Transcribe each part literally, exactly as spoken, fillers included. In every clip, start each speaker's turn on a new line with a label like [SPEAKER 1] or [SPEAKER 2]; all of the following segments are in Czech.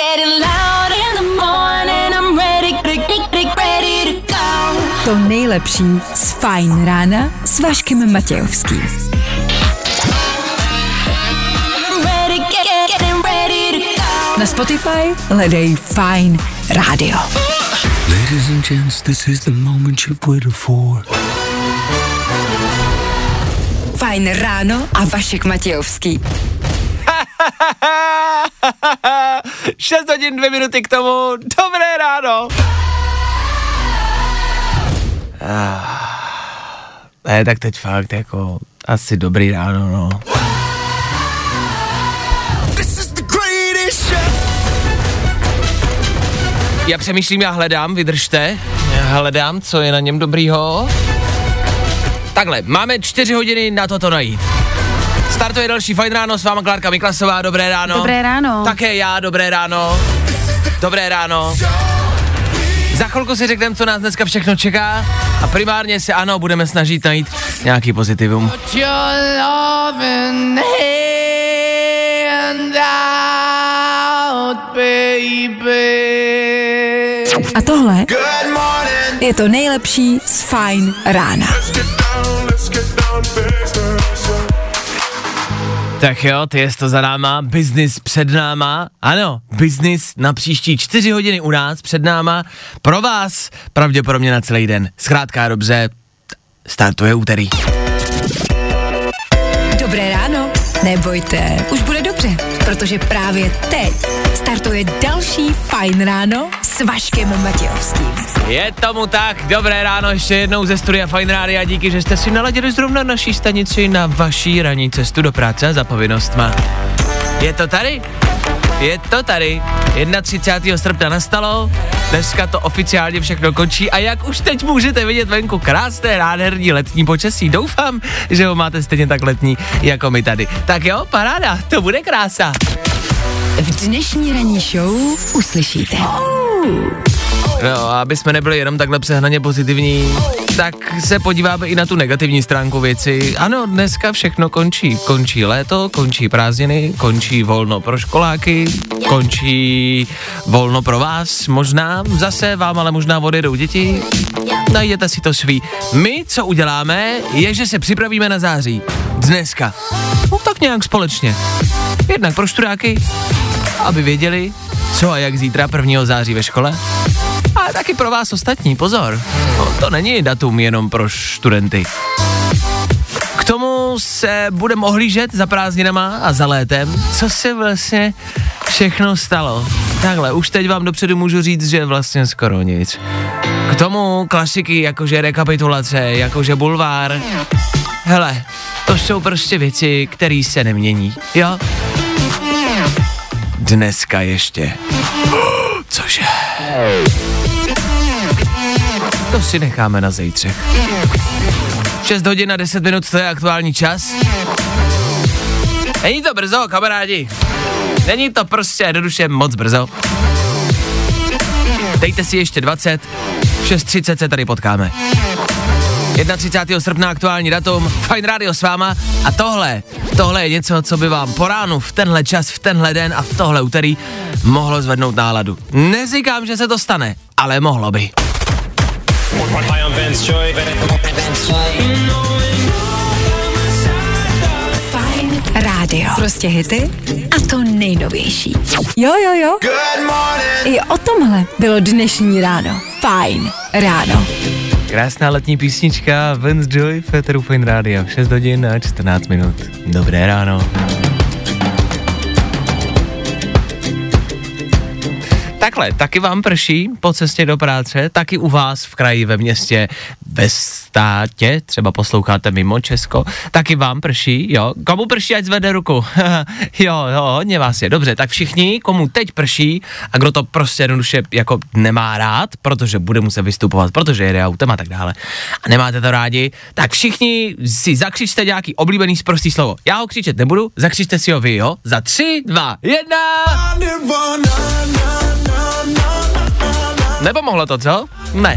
[SPEAKER 1] To nejlepší z Fajn rána s Vaškem Matějovským. Na Spotify hledej Fajn rádio.
[SPEAKER 2] Ladies and gents, this is the moment you've waited for.
[SPEAKER 1] Fajn ráno a Vašek Matějovský.
[SPEAKER 3] šest hodin, dvě minuty k tomu. Dobré ráno. Ah, ne, tak teď fakt jako asi dobrý ráno, no. Já přemýšlím, já hledám, vydržte. Já hledám, co je na něm dobrýho. Takhle, máme čtyři hodiny na toto najít. Startuje další Fajn ráno, s váma Klárka Miklasová, dobré ráno.
[SPEAKER 4] Dobré ráno.
[SPEAKER 3] Také já, dobré ráno. Dobré ráno. Za chvilku si řekneme, co nás dneska všechno čeká a primárně se ano, budeme snažit najít nějaký pozitivum.
[SPEAKER 1] A tohle je to nejlepší z Fajn rána.
[SPEAKER 3] Tak jo, ty jest to za náma, business před náma, ano, business na příští čtyři hodiny u nás před náma, pro vás pravděpodobně na celý den. Zkrátka dobře, startuje úterý.
[SPEAKER 1] Dobré ráno, nebojte, už bude dobře, protože právě teď startuje další Fajn ráno s Vaškem Matějovským.
[SPEAKER 3] Je tomu tak, dobré ráno ještě jednou ze studia Fajn rádia, díky, že jste si naladili zrovna naší stanici na vaší ranní cestu do práce a za povinnostma. Je to tady? Je to tady. třicátého prvního srpna nastalo, dneska to oficiálně všechno končí a jak už teď můžete vidět venku, krásné, nádherný letní počasí. Doufám, že ho máte stejně tak letní jako my tady. Tak jo, paráda, to bude krása.
[SPEAKER 1] V dnešní ranní show uslyšíte.
[SPEAKER 3] No a aby jsme nebyli jenom takhle přehnaně pozitivní, tak se podíváme i na tu negativní stránku věci. Ano, dneska všechno končí. Končí léto, končí prázdniny, končí volno pro školáky, končí volno pro vás, možná zase vám ale možná odjedou děti. Najděte si to svý. My, co uděláme, je, že se připravíme na září. Dneska. No tak nějak společně. Jednak pro študáky, aby věděli, co a jak zítra prvního září ve škole. Ale taky pro vás ostatní, pozor. No, to není datum jenom pro studenty. K tomu se budeme ohlížet za prázdninama a za létem, co se vlastně všechno stalo. Takhle, už teď vám dopředu můžu říct, že vlastně skoro nic. K tomu klasiky, jakože rekapitulace, jakože bulvár. Hele, to jsou prostě věci, které se nemění, jo? Dneska ještě. Cože? To si necháme na zítřek. šest hodin a deset minut, to je aktuální čas. Není to brzo, kamarádi. Není to prostě jednoduše moc brzo. Dejte si ještě dvacet, šest třicet se tady potkáme. třicátého prvního srpna aktuální datum, Fajn rádio s váma a tohle, tohle je něco, co by vám po ránu v tenhle čas, v tenhle den a v tohle úterý mohlo zvednout náladu. Neříkám, že se to stane, ale mohlo by.
[SPEAKER 1] Fajn rádio. Prostě hity a to nejnovější. Jo, jo, jo. I o tomhle bylo dnešní ráno. Fajn ráno.
[SPEAKER 3] Krásná letní písnička Vance Joy v éteru Fajn rádia. šest hodin a čtrnáct minut. Dobré ráno. Takhle, taky vám prší po cestě do práce, taky u vás v kraji, ve městě, ve státě, třeba posloucháte mimo Česko, taky vám prší, jo? Komu prší, ať zvedne ruku. jo, jo, hodně vás je. Dobře, tak všichni, komu teď prší a kdo to prostě jednoduše jako nemá rád, protože bude muset vystupovat, protože jede autem a tak dále, a nemáte to rádi, tak všichni si zakřičte nějaký oblíbený sprostý slovo. Já ho křičet nebudu, zakřičte si ho vy, jo? Za tři, dva, jedna. Nepomohlo to, co? Ne.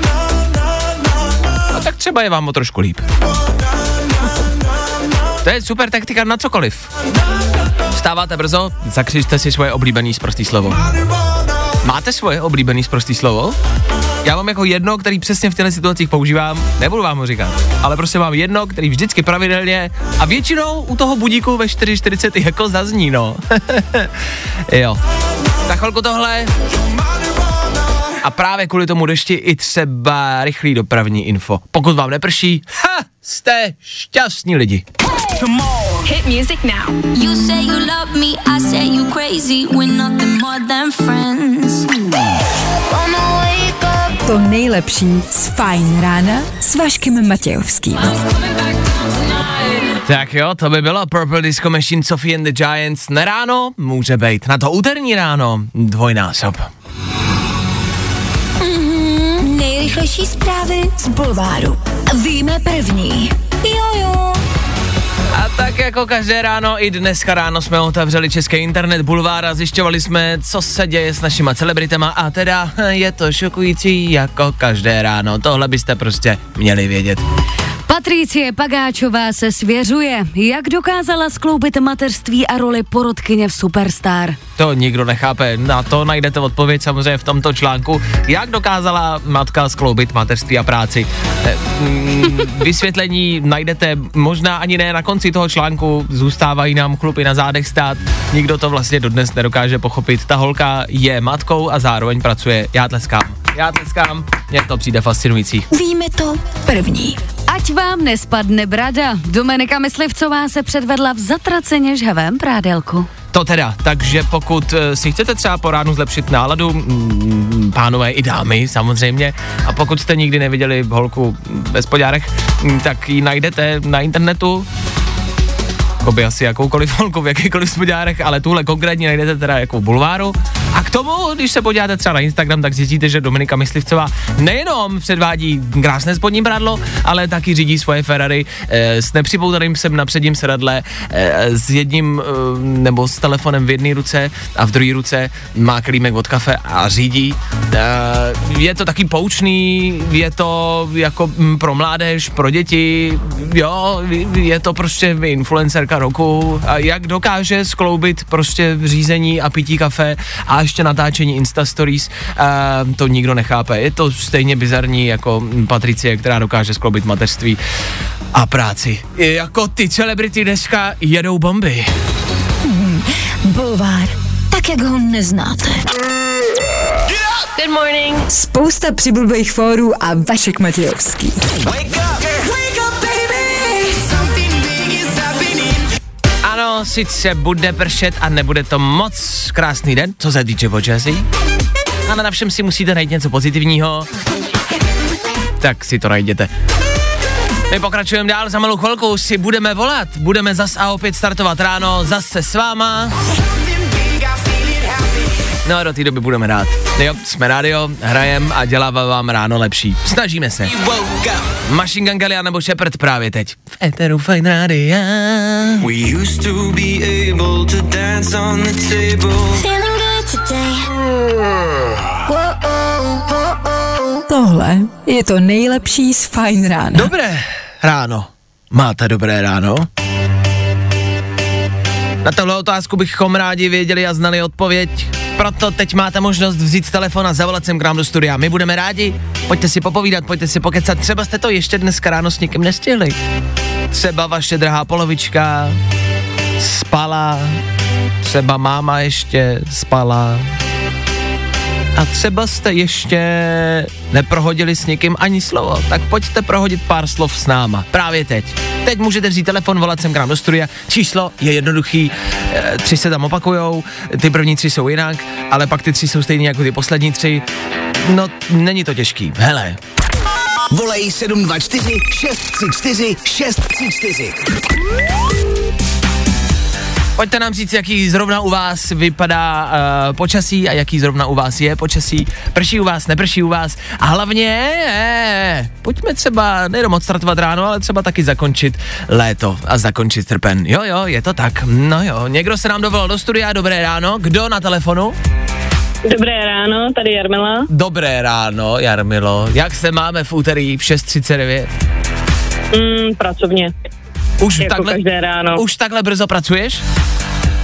[SPEAKER 3] No tak třeba je vám o trošku líp. To je super taktika na cokoliv. Vstáváte brzo, zakřičte si svoje oblíbený sprostý slovo. Máte svoje oblíbený sprostý slovo? Já mám jako jedno, který přesně v těchto situacích používám, nebudu vám ho říkat, ale prostě mám jedno, který vždycky pravidelně a většinou u toho budíku ve čtyři čtyřicet jako zazní, no. Jo. Za chvilku tohle a právě kvůli tomu dešti i třeba rychlý dopravní info. Pokud vám neprší, ha, jste šťastní lidi.
[SPEAKER 1] Hit music now.
[SPEAKER 4] You say you love me, I say you crazy. We're nothing more than friends.
[SPEAKER 1] To nejlepší z Fajn rána s Vaškem Matějovským.
[SPEAKER 3] Tak jo, to by bylo Purple Disco Machine, Sophie and the Giants. Na ráno může být, na to úterní ráno dvojnásob.
[SPEAKER 1] Mm-hmm, nejrychlejší zprávy z bulváru. Víme první. Jojo.
[SPEAKER 3] A tak jako každé ráno, i dneska ráno jsme otevřeli český internet bulvár a zjišťovali jsme, co se děje s našima celebritama a teda je to šokující jako každé ráno. Tohle byste prostě měli vědět.
[SPEAKER 5] Patricie Pagáčová se svěřuje, jak dokázala skloubit mateřství a roli porotkyně v Superstar.
[SPEAKER 3] To nikdo nechápe, na to najdete odpověď samozřejmě v tomto článku, jak dokázala matka skloubit mateřství a práci. Vysvětlení najdete možná ani ne na konci toho článku, zůstávají nám chlupy na zádech stát, nikdo to vlastně dodnes nedokáže pochopit. Ta holka je matkou a zároveň pracuje, já tleskám. Já tleskám, mně to přijde fascinující.
[SPEAKER 1] Víme to první.
[SPEAKER 5] Ať vám nespadne brada, Dominika Myslivcová se předvedla v zatraceně žhavém prádelku.
[SPEAKER 3] To teda, takže pokud si chcete třeba po ránu zlepšit náladu, mm, pánové i dámy samozřejmě, a pokud jste nikdy neviděli holku ve spodňárech, tak ji najdete na internetu, jakoby asi jakoukoliv holku v jakýkoliv spodňárech, ale tuhle konkrétně najdete teda jako v bulváru. A k tomu, když se podíváte třeba na Instagram, tak zjistíte, že Dominika Myslivcová nejenom předvádí krásné spodní prádlo, ale taky řídí svoje Ferrari e, s nepřipoutaným psem na předním sedadle, e, s jedním e, nebo s telefonem v jedné ruce a v druhé ruce má klímek od kafe a řídí. E, je to taky poučný, je to jako m, pro mládež, pro děti, jo, je to prostě influencerka roku a jak dokáže skloubit prostě řízení a pití kafe a ještě natáčení Insta Stories, uh, to nikdo nechápe. Je to stejně bizarní jako Patricie, která dokáže skloubit mateřství a práci. I jako ty celebrity dneska jedou bomby.
[SPEAKER 1] Hmm, bulvár, tak jak ho neznáte.
[SPEAKER 4] Good morning.
[SPEAKER 1] Spousta přibulbých fórů a Vašek Matějovský.
[SPEAKER 3] Ano, sice bude pršet a nebude to moc krásný den, co se týče počasí, ale na všem si musíte najít něco pozitivního, tak si to najděte. My pokračujeme dál, za malou chvilku si budeme volat, budeme zas a opět startovat ráno, zase s váma. No a do té doby budeme rád. Jo, jsme rádio, hrajem a děláme vám ráno lepší. Snažíme se. Machine Gun Kelly nebo Shepherd právě teď. V éteru Fajn rádia.
[SPEAKER 2] We used to be able to dance on the table.
[SPEAKER 1] Tohle je to nejlepší z Fajn rána.
[SPEAKER 3] Dobré ráno. Máte dobré ráno? Na tohle otázku bychom rádi věděli a znali odpověď. Proto teď máte možnost vzít telefon a zavolat sem k nám do studia. My budeme rádi, pojďte si popovídat, pojďte si pokecat. Třeba jste to ještě dneska ráno s někým nestihli. Třeba vaše drahá polovička spala, třeba máma ještě spala. A třeba jste ještě neprohodili s někým ani slovo, tak pojďte prohodit pár slov s náma. Právě teď. Teď můžete vzít telefon, volat sem k nám do studia. Číslo je jednoduchý, e, tři se tam opakujou, ty první tři jsou jinak, ale pak ty tři jsou stejný jako ty poslední tři. No, není to těžký. Hele.
[SPEAKER 6] Volej sedm dva čtyři šest tři čtyři šest tři čtyři.
[SPEAKER 3] Pojďte nám říct, jaký zrovna u vás vypadá uh, počasí a jaký zrovna u vás je počasí. Prší u vás, neprší u vás. A hlavně, eh, pojďme třeba nejenom odstartovat ráno, ale třeba taky zakončit léto a zakončit srpen. Jo, jo, je to tak. No jo, někdo se nám dovolal do studia, dobré ráno. Kdo na telefonu?
[SPEAKER 7] Dobré ráno, tady Jarmila.
[SPEAKER 3] Dobré ráno, Jarmilo. Jak se máme v úterý v šest třicet devět?
[SPEAKER 7] Mm, pracovně.
[SPEAKER 3] Už
[SPEAKER 7] jako
[SPEAKER 3] takhle,
[SPEAKER 7] každé ráno.
[SPEAKER 3] Už takhle brzo pracuješ?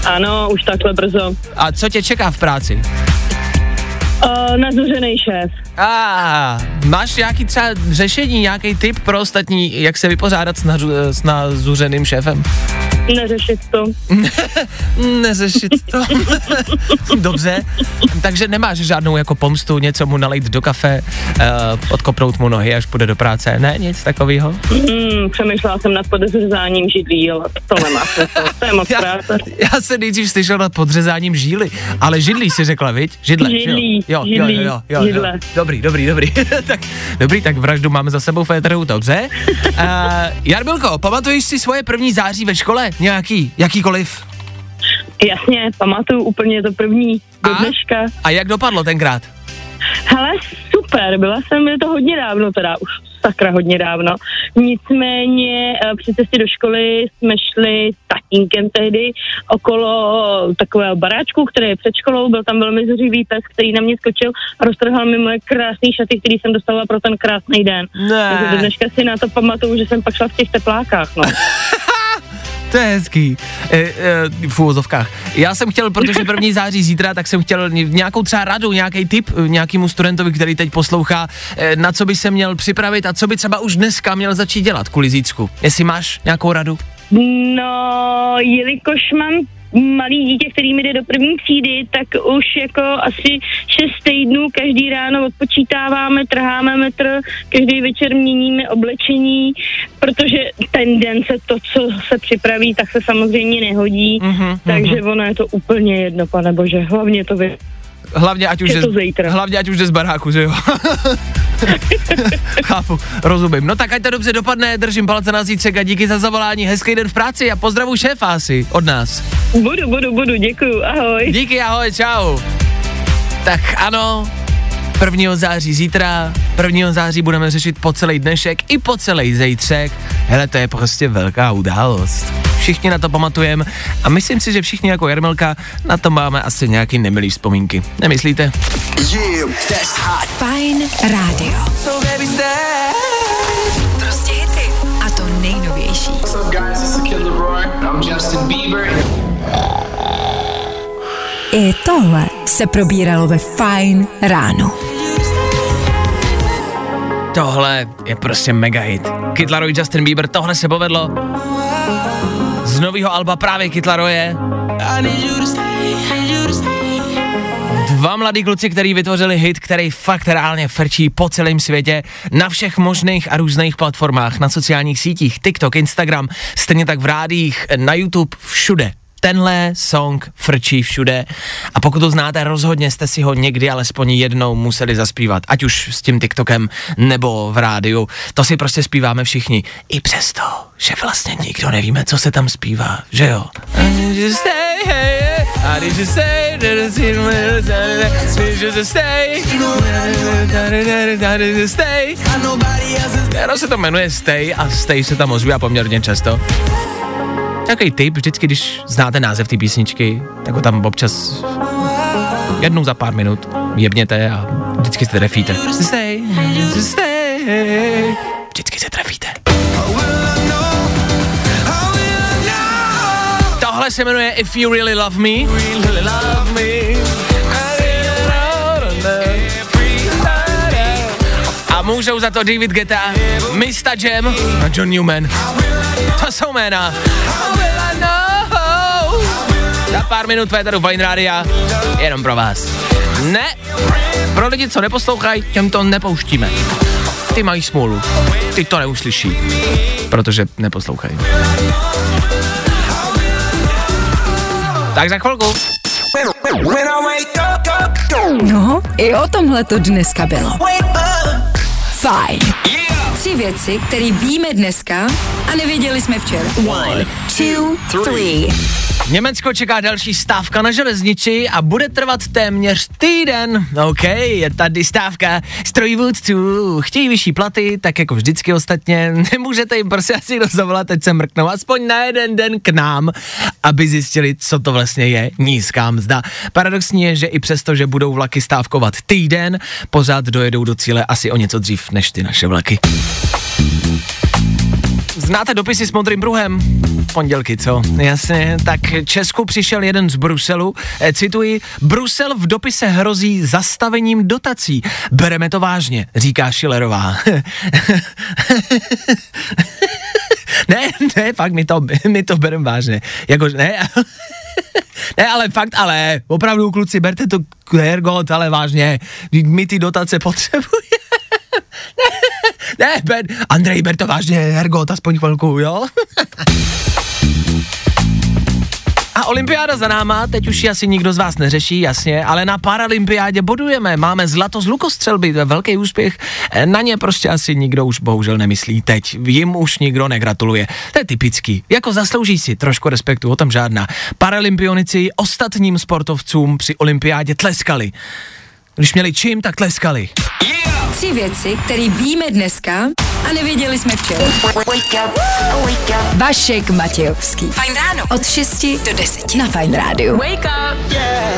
[SPEAKER 7] Ano, už takhle brzo.
[SPEAKER 3] A co tě čeká v práci?
[SPEAKER 7] Uh, nazuřený šéf.
[SPEAKER 3] A ah, máš nějaký třeba řešení, nějaký tip pro ostatní, jak se vypořádat s, nařu, s nazuřeným šéfem?
[SPEAKER 7] Neřešit to.
[SPEAKER 3] Neřešit to. Dobře, takže nemáš žádnou jako pomstu, něco mu nalejt do kafe, uh, odkopnout mu nohy, až půjde do práce, ne, nic takového?
[SPEAKER 7] Mm, přemýšlela jsem nad podřezáním židlí, ale to nemá smysl, to je moc
[SPEAKER 3] já,
[SPEAKER 7] práce.
[SPEAKER 3] Já jsem nejdřív slyšel nad podřezáním žíly, ale židlí si řekla, viď? Židle,
[SPEAKER 7] židlí,
[SPEAKER 3] jo? Jo,
[SPEAKER 7] židlí,
[SPEAKER 3] jo, jo, jo,
[SPEAKER 7] židle.
[SPEAKER 3] Jo. Dobrý, dobrý, dobrý. tak, dobrý, tak vraždu máme za sebou v éteru, dobře. Uh, Jarmilko, pamatuješ si svoje první září ve škole? Nějaký, jakýkoliv?
[SPEAKER 7] Jasně, pamatuju úplně to první do dneška.
[SPEAKER 3] A jak dopadlo tenkrát?
[SPEAKER 7] Hele, super, byla jsem, je to hodně dávno teda, už sakra hodně dávno. Nicméně při cestě do školy jsme šli s tatínkem tehdy okolo takového baráčku, který je před školou, byl tam velmi zuřivý pes, který na mě skočil a roztrhal mi moje krásné šaty, který jsem dostala pro ten krásný den.
[SPEAKER 3] Ne.
[SPEAKER 7] Takže do dneška si na to pamatuju, že jsem pak šla v těch teplákách, no.
[SPEAKER 3] To je hezký, e, e, v úvozovkách. Já jsem chtěl, protože první září zítra, tak jsem chtěl nějakou třeba radu, nějaký tip nějakému studentovi, který teď poslouchá, e, na co by se měl připravit a co by třeba už dneska měl začít dělat kvůli zítřku. Jestli máš nějakou radu?
[SPEAKER 7] No, jelikož mám malý dítě, který mi jde do první třídy, tak už jako asi šest týdnů každý ráno odpočítáváme, trháme metr, každý večer měníme oblečení, protože ten den se to, co se připraví, tak se samozřejmě nehodí, mm-hmm, takže mm-hmm. ono je to úplně jedno, pane bože, hlavně to vy.
[SPEAKER 3] Hlavně ať, už jde, hlavně ať už jde z baráku, že jo? Chápu, rozumím. No tak ať to dobře dopadne, držím palce na zítřek a díky za zavolání, hezký den v práci a pozdravuj šéfa asi od nás.
[SPEAKER 7] Budu, budu, budu, děkuju, ahoj.
[SPEAKER 3] Díky, ahoj, čau. Tak ano, prvního září zítra, prvního září budeme řešit po celý dnešek i po celý zítřek. Hele, to je prostě velká událost. Všichni na to pamatujeme a myslím si, že všichni jako Jarmilka na to máme asi nějaký nemilý vzpomínky. Nemyslíte?
[SPEAKER 6] Yeah, that's hot.
[SPEAKER 1] Fajn rádio.
[SPEAKER 6] So baby stay.
[SPEAKER 1] Prostě hity. A to nejnovější.
[SPEAKER 8] What's up guys, this is Kid Leroy. I'm Justin Bieber.
[SPEAKER 1] I tohle se probíralo ve Fajn ráno.
[SPEAKER 3] Tohle je prostě mega hit. Kid Laroi, Justin Bieber, tohle se povedlo. Z nového alba právě Kid Laroie. Dva mladí kluci, který vytvořili hit, který fakt reálně frčí po celém světě, na všech možných a různých platformách, na sociálních sítích, TikTok, Instagram, stejně tak v rádiích, na YouTube, všude. Tenhle song frčí všude a pokud to znáte, rozhodně jste si ho někdy alespoň jednou museli zaspívat, ať už s tím TikTokem nebo v rádiu. To si prostě zpíváme všichni. I přesto, že vlastně nikdo nevíme, co se tam zpívá, že jo? Ono se to jmenuje Stay a Stay se tam ozývá poměrně často. Takový tip, vždycky, když znáte název té písničky, tak ho tam občas jednou za pár minut jebněte a vždycky se trefíte. Stay, stay, vždycky se trefíte. Tohle se jmenuje If You Really Love Me. Really love me. A můžou za to David Guetta, mister Jam a John Newman. To jsou jména. Za pár minut Féteru Fajn rádia, jenom pro vás. Ne, pro lidi, co neposlouchají, těm to nepouštíme. Ty mají smůlu, ty to neuslyší, protože neposlouchají. Tak za chvilku.
[SPEAKER 1] No, i o tomhle to dneska bylo. Fajn. Tři věci, které víme dneska a nevěděli jsme včera. One, two, three.
[SPEAKER 3] Německo čeká další stávka na železnici a bude trvat téměř týden. OK, je tady stávka strojvůdců. Chtějí vyšší platy, tak jako vždycky ostatně. Nemůžete jim prostě asi kdo zavolat, ať se mrknou aspoň na jeden den k nám, aby zjistili, co to vlastně je nízká mzda. Paradoxní je, že i přesto, že budou vlaky stávkovat týden, pořád dojedou do cíle asi o něco dřív než ty naše vlaky. Znáte dopisy s modrým pruhem? Pondělky, co? Jasně, tak Česku přišel jeden z Bruselu, e, cituji, Brusel v dopise hrozí zastavením dotací. Bereme to vážně, říká Schillerová. ne, ne, fakt, my to, my to bereme vážně. Jako, ne, ne, ale fakt, ale opravdu, kluci, berte to hergot, ale vážně, my ty dotace potřebujeme. Ne, ne, ber, Andrej, ber to vážně, hergot, aspoň chvilku, jo? A olympiáda za náma, teď už ji asi nikdo z vás neřeší, jasně, ale na paralympiádě bodujeme, máme zlato z lukostřelby, to je velký úspěch, na ně prostě asi nikdo už bohužel nemyslí teď, jim už nikdo negratuluje, to je typický, jako zaslouží si trošku respektu, o tom žádná. Paralympionici ostatním sportovcům při olympiádě tleskali, když měli čím, tak tleskali.
[SPEAKER 1] Tři věci, které víme dneska a nevěděli jsme včera. Vašek Matějovský. Fajn ráno. Od šesti do deseti na Fajn rádiu. Wake up.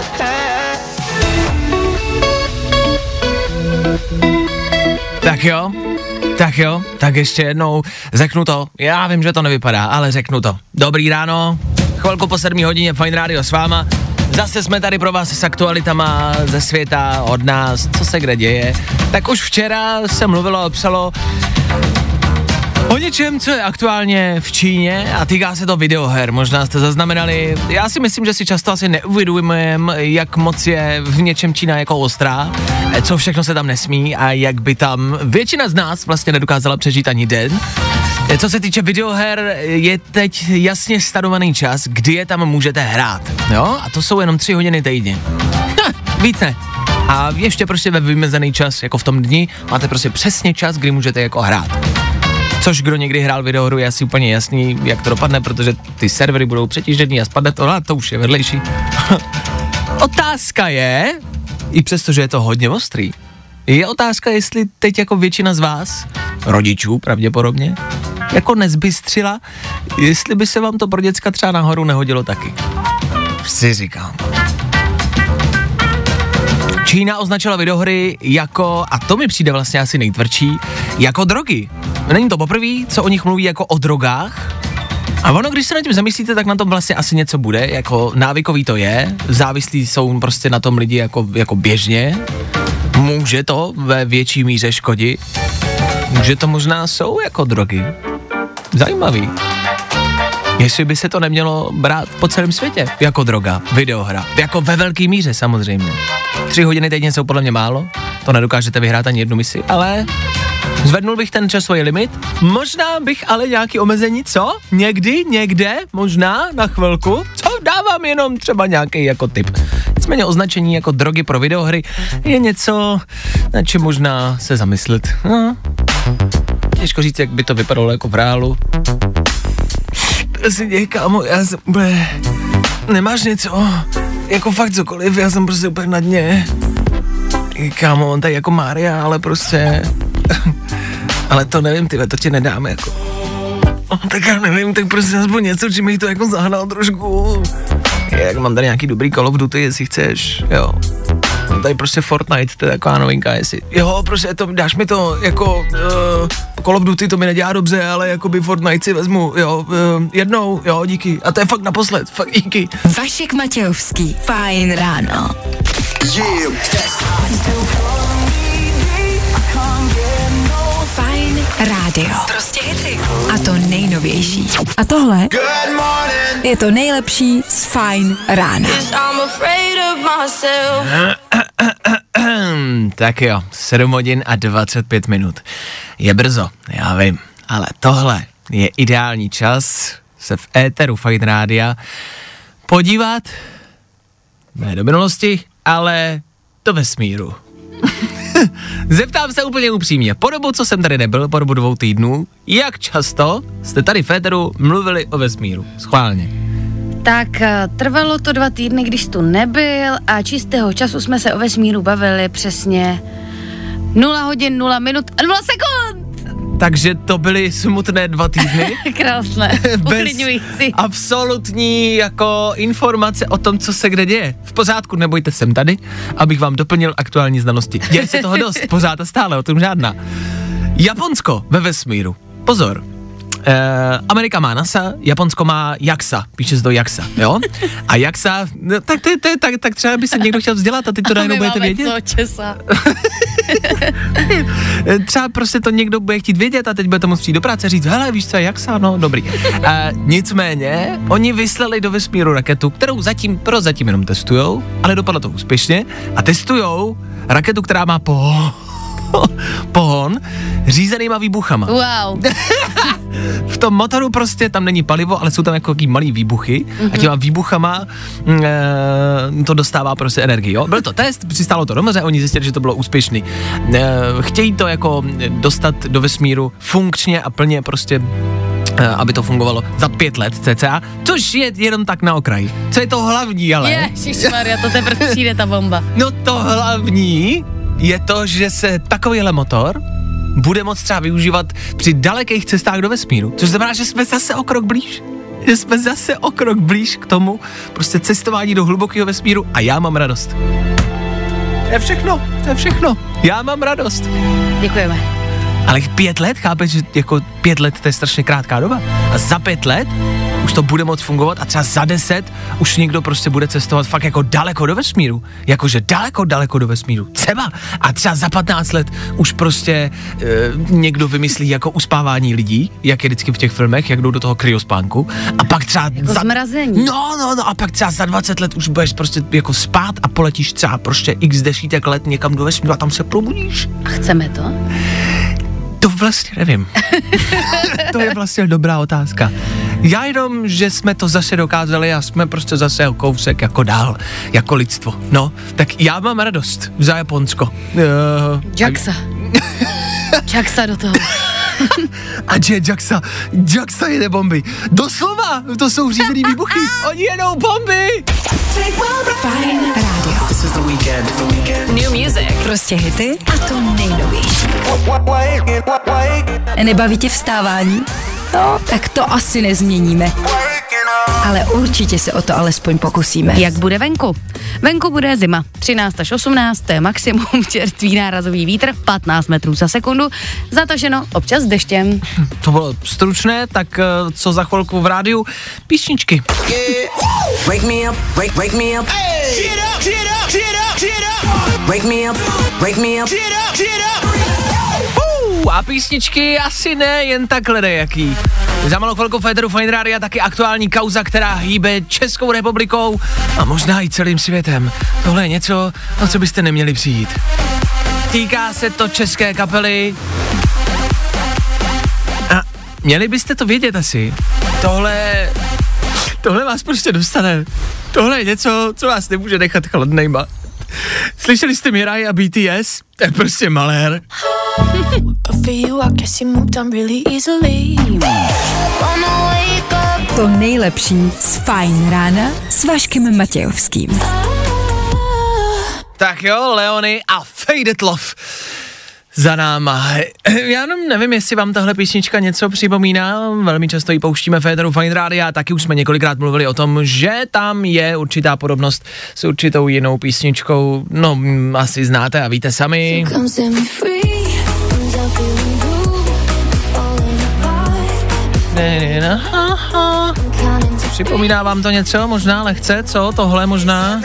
[SPEAKER 3] Tak jo, tak jo, tak ještě jednou řeknu to. Já vím, že to nevypadá, ale řeknu to. Dobrý ráno, chvilku po sedmé hodině Fajn rádio s váma. Zase jsme tady pro vás s aktualitama ze světa, od nás, co se kde děje. Tak už včera se mluvilo a psalo o něčem, co je aktuálně v Číně a týká se to videoher. Možná jste zaznamenali, já si myslím, že si často asi neuvědomujeme, jak moc je v něčem Čína jako ostrá, co všechno se tam nesmí a jak by tam většina z nás vlastně nedokázala přežít ani den. Co se týče videoher, je teď jasně stanovený čas, kdy je tam můžete hrát, jo? A to jsou jenom tři hodiny týdně. Ha, víc ne. A ještě prostě ve vymezený čas, jako v tom dni, máte prostě přesně čas, kdy můžete jako hrát. Což kdo někdy hrál videohru, je asi úplně jasný, jak to dopadne, protože ty servery budou přetížený a spadne to, a to už je vedlejší. Otázka je, i přesto, že je to hodně ostrý, je otázka, jestli teď jako většina z vás, rodičů pravděpodobně, jako nezbystřila, jestli by se vám to pro děcka třeba nahoru nehodilo taky. Si říkám. Čína označila videohry jako, a to mi přijde vlastně asi nejtvrdší, jako drogy. Není to poprvé, co o nich mluví jako o drogách. A ono, když se na tím zamyslíte, tak na tom vlastně asi něco bude, jako návykový to je, závislí jsou prostě na tom lidi jako, jako běžně, může to ve větší míře škodit, může to možná jsou jako drogy. Zajímavý. Jestli by se to nemělo brát po celém světě, jako droga, videohra, jako ve velký míře samozřejmě. Tři hodiny týdně jsou podle mě málo, to nedokážete vyhrát ani jednu misi, ale zvednul bych ten časový limit, možná bych ale nějaký omezení, co? Někdy, někde, možná, na chvilku, co? Dávám jenom třeba nějaký jako tip. Nicméně označení jako drogy pro videohry je něco, na čem možná se zamyslet. No. Těžko říct, jak by to vypadalo jako v reálu. Prosím tě, kámo, já jsem úplně... Nemáš něco? Jako fakt cokoliv, já jsem prostě úplně na dně. Kámo, on tady jako Mária, ale prostě... ale to nevím, tyhle, to ti nedám, jako... Oh, tak já nevím, tak prostě aspoň něco, čím bych to jako zahnal trošku. Jak mám tady nějaký dobrý Call of Duty, jestli chceš, jo. Mám tady prostě Fortnite, to je taková novinka, jestli... Jo, prostě to, dáš mi to, jako... Uh, Call of Duty to mi nedělá dobře, ale jakoby Fortnite si vezmu, jo, uh, jednou, jo, díky. A to je fakt naposled, fakt díky.
[SPEAKER 1] Vašek Matějovský, Fajn ráno. Yeah. Fajn rádio. Prostě hity. A to nejnovější. A tohle je to nejlepší z Fajn rána.
[SPEAKER 3] Tak jo, sedm hodin a dvacet pět minut. Je brzo, já vím, ale tohle je ideální čas se v éteru Fajn rádia podívat ne do minulosti, ale do vesmíru. Zeptám se úplně upřímně, po dobu, co jsem tady nebyl, po dobu dvou týdnů, jak často jste tady v éteru mluvili o vesmíru? Schválně.
[SPEAKER 5] Tak trvalo to dva týdny, když tu nebyl a čistého času jsme se o vesmíru bavili přesně nula hodin, nula minut a nula sekund.
[SPEAKER 3] Takže to byly smutné dva týdny.
[SPEAKER 5] Krásné, uklidňující.
[SPEAKER 3] Absolutní jako informace o tom, co se kde děje. V pořádku, nebojte, jsem tady, abych vám doplnil aktuální znalosti. Děje se toho dost, pořád a stále, o tom žádná. Japonsko ve vesmíru. Pozor. Amerika má NASA, Japonsko má JAXA, píše se to JAXA, jo? A JAXA, no, tak, to, to, tak, tak třeba by se někdo chtěl vzdělat a ty to najednou budete vědět.
[SPEAKER 5] Co česa.
[SPEAKER 3] Třeba prostě to někdo bude chtít vědět a teď budete moct přijít do práce a říct, hele, víš co, JAXA, no, dobrý. E, nicméně, oni vyslali do vesmíru raketu, kterou zatím, prozatím jenom testujou, ale dopadlo to úspěšně a testujou raketu, která má po... pohon řízenýma výbuchama.
[SPEAKER 5] Wow.
[SPEAKER 3] V tom motoru prostě tam není palivo, ale jsou tam jako jaký malý výbuchy mm-hmm. a těma výbuchama e, to dostává prostě energii, jo. Byl to test, přistálo to do moře, oni zjistili, že to bylo úspěšný. E, chtějí to jako dostat do vesmíru funkčně a plně prostě aby to fungovalo za pět let cca, což je jenom tak na okraji. Co je to hlavní, ale?
[SPEAKER 5] Ježišmarja, to teprve přijde ta bomba.
[SPEAKER 3] No to hlavní je to, že se takovýhle motor bude moct třeba využívat při dalekých cestách do vesmíru, což znamená, že jsme zase o krok blíž. Že jsme zase o krok blíž k tomu prostě cestování do hlubokého vesmíru a já mám radost. To je všechno, to je všechno. Já mám radost.
[SPEAKER 5] Děkujeme.
[SPEAKER 3] Ale pět let, chápeš, že jako pět let to je strašně krátká doba. A za pět let už to bude moct fungovat a třeba za deset už někdo prostě bude cestovat fakt jako daleko do vesmíru. Jakože daleko, daleko do vesmíru. Třeba. A třeba za patnáct let už prostě e, někdo vymyslí jako uspávání lidí, jak je vždycky v těch filmech, jak jdou do toho kryospánku. A pak třeba...
[SPEAKER 5] Jako
[SPEAKER 3] za,
[SPEAKER 5] zmrazení.
[SPEAKER 3] No, no, no. A pak třeba za dvacet let už budeš prostě jako spát a poletíš třeba prostě x desítek let někam do vesmíru a tam se probudíš.
[SPEAKER 5] A chceme to?
[SPEAKER 3] To vlastně nevím. To je vlastně dobrá otázka. Já jenom, že jsme to zase dokázali a jsme prostě zase o kousek jako dál, jako lidstvo. No, tak já mám radost za Japonsko. Uh,
[SPEAKER 5] JAXA. JAXA do toho.
[SPEAKER 3] A že JAXA, JAXA jede bomby. Doslova, to jsou řízený výbuchy. Oni jedou bomby.
[SPEAKER 1] Fajn rádio.
[SPEAKER 6] This is the weekend. The weekend.
[SPEAKER 1] New music. Prostě hity a to nejnovější. Nebaví tě vstávání? No, tak to asi nezměníme. Ale určitě se o to alespoň pokusíme.
[SPEAKER 5] Jak bude venku? Venku bude zima. třináct až osmnáct, to je maximum, čerstvý nárazový vítr, patnáct metrů za sekundu, zataženo občas deštěm.
[SPEAKER 3] To bylo stručné, tak co za chvilku v rádiu? Písničky.
[SPEAKER 6] Wake me up, wake, wake me up. Hey. Get up, get up, get up, get up. Wake me up, wake me up. Get up, get up.
[SPEAKER 3] Uh, a písničky asi ne, jen takhle nejaký. Za malou chvilku Féteru Fajn Rádia taky aktuální kauza, která hýbe Českou republikou a možná i celým světem. Tohle je něco, o co byste neměli přijít. Týká se to české kapely a měli byste to vědět asi. Tohle, tohle vás prostě dostane. Tohle je něco, co vás nemůže nechat chladnejma. Slyšeli jste Mirai a B T S? To je prostě malér.
[SPEAKER 1] To nejlepší z Fajn rána s Vaškem Matějovským.
[SPEAKER 3] Tak jo, Leony a Faded Love za náma. Já nevím, jestli vám tahle písnička něco připomíná, velmi často ji pouštíme v éteru Fajn Rádia a taky už jsme několikrát mluvili o tom, že tam je určitá podobnost s určitou jinou písničkou, no asi znáte a víte sami. Připomíná vám to něco, možná lehce, co, tohle možná?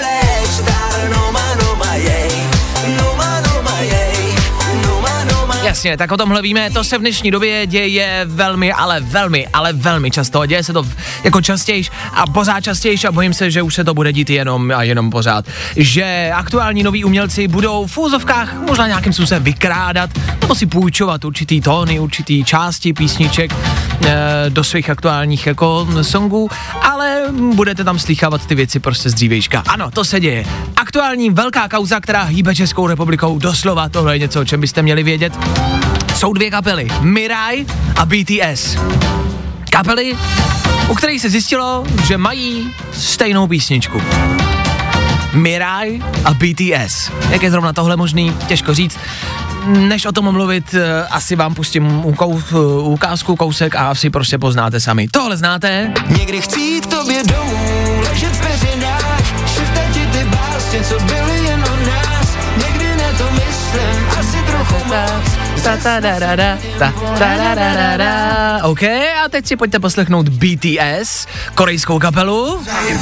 [SPEAKER 3] Jasně, tak o tomhle víme, to se v dnešní době děje velmi, ale velmi, ale velmi často. Děje se to jako častějš a pořád častějš a bojím se, že už se to bude dít jenom a jenom pořád. Že aktuální noví umělci budou v úzovkách možná nějakým způsobem vykrádat nebo si půjčovat určitý tóny, určitý části písniček e, do svých aktuálních jako songů, ale budete tam slýchávat ty věci prostě z dřívejška. Ano, to se děje. Aktuální velká kauza, která hýbe Českou republikou, doslova, tohle je něco, o čem byste měli vědět. Jsou dvě kapely, Mirai a B T S. Kapely, u kterých se zjistilo, že mají stejnou písničku. Mirai a B T S. Jak je zrovna tohle možný, těžko říct. Než o tom mluvit, asi vám pustím ukázku, kousek a asi prostě poznáte sami. Tohle znáte?
[SPEAKER 2] Někdy chci jít k tobě domů, ležet v peřinách, šeptat ti ty básně, co byly jen o nás. Někdy na to myslím, asi trochu moc.
[SPEAKER 3] Ta, ta, da, da, da, ta, ta, da, da, da, da. OK, a teď si pojďte poslechnout B T S, korejskou kapelu.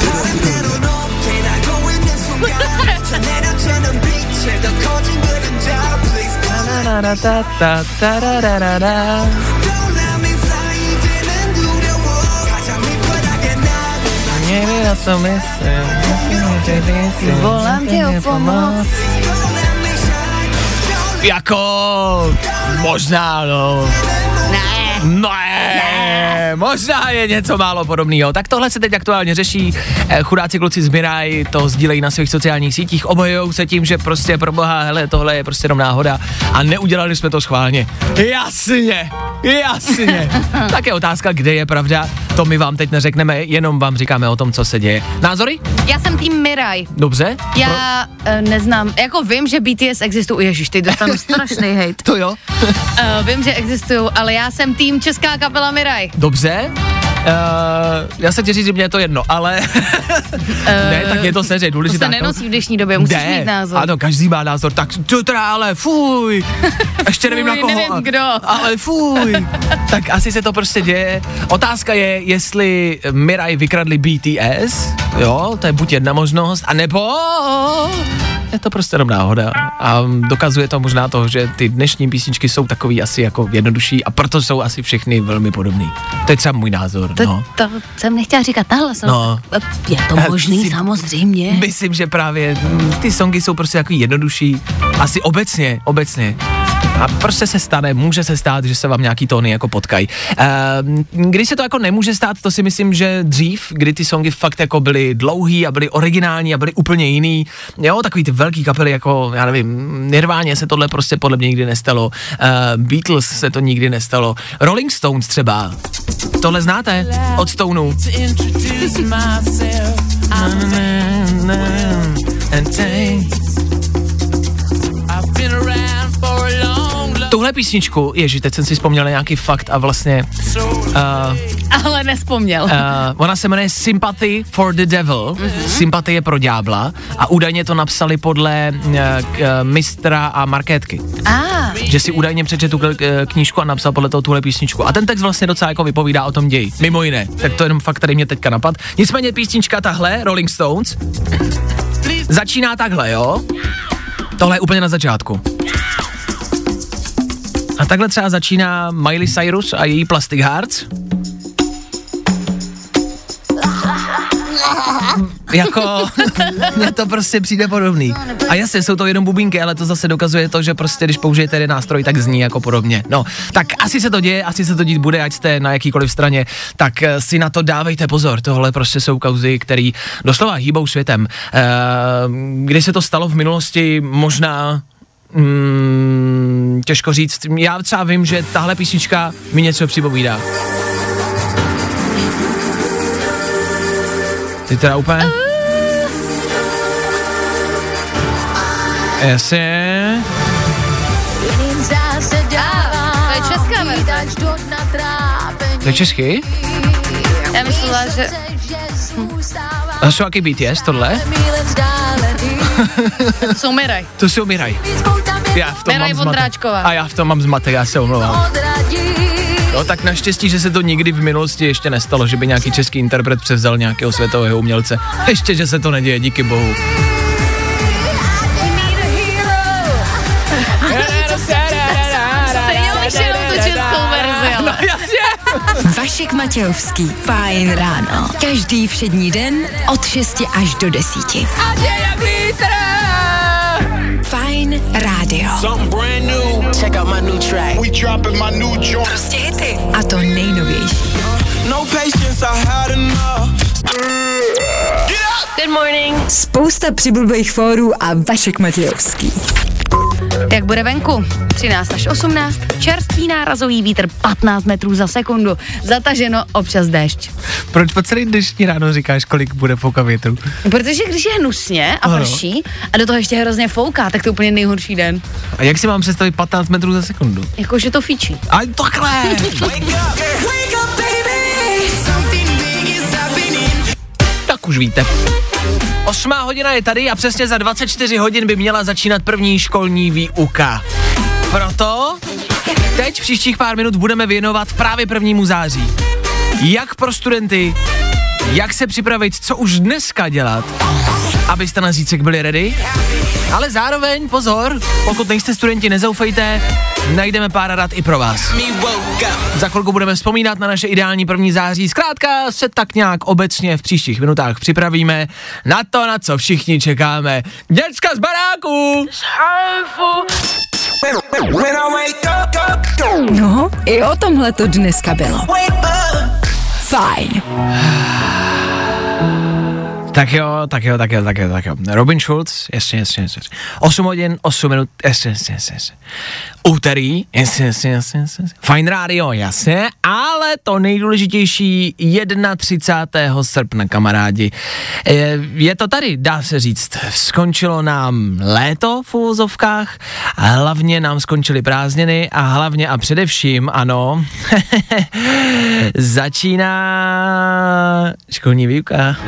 [SPEAKER 3] Ta, ta, ta, da, da, da, da. Nevím, na co myslím.
[SPEAKER 5] Volám tě o pomoc.
[SPEAKER 3] Jako, možná, no.
[SPEAKER 5] Ne.
[SPEAKER 3] Ne, možná je něco málo podobného. Tak tohle se teď aktuálně řeší. Chudáci kluci z Mirai to sdílejí na svých sociálních sítích, obhajujou se tím, že prostě pro boha, hele, tohle je prostě jenom náhoda a neudělali jsme to schválně. Jasně, jasně. Tak je otázka, kde je pravda, to my vám teď neřekneme, jenom vám říkáme o tom, co se děje. Názory?
[SPEAKER 5] Já jsem tým Mirai.
[SPEAKER 3] Dobře.
[SPEAKER 5] Já uh, neznám, jako vím, že B T S existují, ježiš, teď dostanu strašný hejt.
[SPEAKER 3] To jo.
[SPEAKER 5] uh, vím, že existují, ale já jsem tým česká kapela Mirai.
[SPEAKER 3] Dobře. Uh, já se ti říct, že mě je to jedno, ale ne, tak je to seře, důležitá.
[SPEAKER 5] To se nenosí v dnešní době, musíš
[SPEAKER 3] ne,
[SPEAKER 5] mít názor.
[SPEAKER 3] Ano, každý má názor, tak to teda, ale fuj, ještě nevím
[SPEAKER 5] fuj,
[SPEAKER 3] na koho,
[SPEAKER 5] nevím kdo.
[SPEAKER 3] ale fuj, tak asi se to prostě děje. Otázka je, jestli Mirai vykradli B T S, jo, to je buď jedna možnost, anebo je to prostě jenom náhoda a dokazuje to možná to, že ty dnešní písničky jsou takový asi jako jednodušší a proto jsou asi všechny velmi podobný. To je třeba můj názor.
[SPEAKER 5] To,
[SPEAKER 3] no.
[SPEAKER 5] to jsem nechtěla říkat nahlas,
[SPEAKER 3] no.
[SPEAKER 5] Je to možný, si, samozřejmě.
[SPEAKER 3] Myslím, že právě ty songy jsou prostě takový jednodušší, asi obecně, obecně. A prostě se stane, může se stát, že se vám nějaký tóny jako potkají. Ehm, když se to jako nemůže stát, to si myslím, že dřív, kdy ty songy fakt jako byly dlouhý a byly originální a byly úplně jiný, jo, takový ty velký kapely jako, já nevím, Nirváně se tohle prostě podle mě nikdy nestalo, ehm, Beatles se to nikdy nestalo, Rolling Stones třeba, tohle znáte? Od Stonů. Tuhle písničku, ježi, teď jsem si vzpomněl na nějaký fakt a vlastně... Uh,
[SPEAKER 5] Ale nespomněl.
[SPEAKER 3] Uh, ona se jmenuje Sympathy for the Devil, mm-hmm. Sympatie pro ďábla a údajně to napsali podle uh, mistra a markétky.
[SPEAKER 5] Ah.
[SPEAKER 3] Že si údajně přečetl tu knížku a napsal podle toho tuhle písničku. A ten text vlastně docela jako vypovídá o tom ději, mimo jiné. Tak to je jenom fakt, který mě teďka napad. Nicméně písnička tahle, Rolling Stones, začíná takhle, jo? Tohle je úplně na začátku. A takhle třeba začíná Miley Cyrus a její Plastic Hearts. Jako, mně to prostě přijde podobný. A jasně, jsou to jenom bubínky, ale to zase dokazuje to, že prostě, když použijete jeden nástroj, tak zní jako podobně. No, tak asi se to děje, asi se to dít bude, ať jste na jakýkoliv straně, tak si na to dávejte pozor. Tohle prostě jsou kauzy, které doslova hýbou světem. E, když se to stalo v minulosti, možná... Hmm, těžko říct. Já třeba vím, že tahle písnička mi něco připovídá. Ty teda úplně... Jasně.
[SPEAKER 5] To je česká verze.
[SPEAKER 3] To je český?
[SPEAKER 5] Já myslela, že...
[SPEAKER 3] A jsou jaký B T S tohle?
[SPEAKER 5] To jsou Mirai.
[SPEAKER 3] To jsou Mirai. Já v tom
[SPEAKER 5] Mirai
[SPEAKER 3] mám zmatek. A já v tom mám zmatek, já se omlouvám. No tak naštěstí, že se to nikdy v minulosti ještě nestalo, že by nějaký český interpret převzal nějakého světového umělce. Ještě, že se to neděje, díky bohu.
[SPEAKER 5] Stejně máš jenom tu českou verzi, ale.
[SPEAKER 3] No jasně.
[SPEAKER 1] Vašek Matějovský, Fajn ráno. Každý všední den od šesti až do desíti. Fajn rádio.
[SPEAKER 6] Check out my new track.
[SPEAKER 2] We dropping my new joint.
[SPEAKER 1] Prostě hity. A to nejnovější.
[SPEAKER 2] No patience, I had enough.
[SPEAKER 5] Good morning.
[SPEAKER 1] Spousta přibulbých fórů a Vašek Matějovský.
[SPEAKER 5] Jak bude venku? třináct až osmnáct, čerstvý nárazový vítr patnáct metrů za sekundu, zataženo občas déšť.
[SPEAKER 3] Proč po celý dnešní ráno říkáš, kolik bude foukat větru?
[SPEAKER 5] Protože když je hnusně a prší a do toho ještě hrozně fouká, tak to je úplně nejhorší den.
[SPEAKER 3] A jak si mám představit patnáct metrů za sekundu?
[SPEAKER 5] Jakože to fíčí.
[SPEAKER 3] A takhle! Tak už víte. Osmá hodina je tady a přesně za dvacet čtyři hodin by měla začínat první školní výuka. Proto Teď v příštích pár minut budeme věnovat právě prvnímu září. Jak pro studenty, jak se připravit, co už dneska dělat, abyste na zítřek byli ready. Ale zároveň, pozor, pokud nejste studenti, nezoufejte, najdeme pár rad i pro vás. Za chvilku budeme vzpomínat na naše ideální první září. Zkrátka se tak nějak obecně v příštích minutách připravíme na to, na co všichni čekáme. Děcka z baráku!
[SPEAKER 1] No, i o tomhle to dneska bylo. Fajn.
[SPEAKER 3] Tak jo, tak jo, tak jo, tak jo, tak jo. Robin Schulz, jasně, jasně, jasně. osm hodin, osm minut, jasně, jasně, jasně. Úterý, jasně, jasně, jasně, jasně. Fajn rádio, jasně, ale to nejdůležitější třicátého prvního srpna, kamarádi. Je to tady, dá se říct. Skončilo nám léto v uvozovkách, a hlavně nám skončily prázdniny a hlavně a především, ano, začíná školní výuka.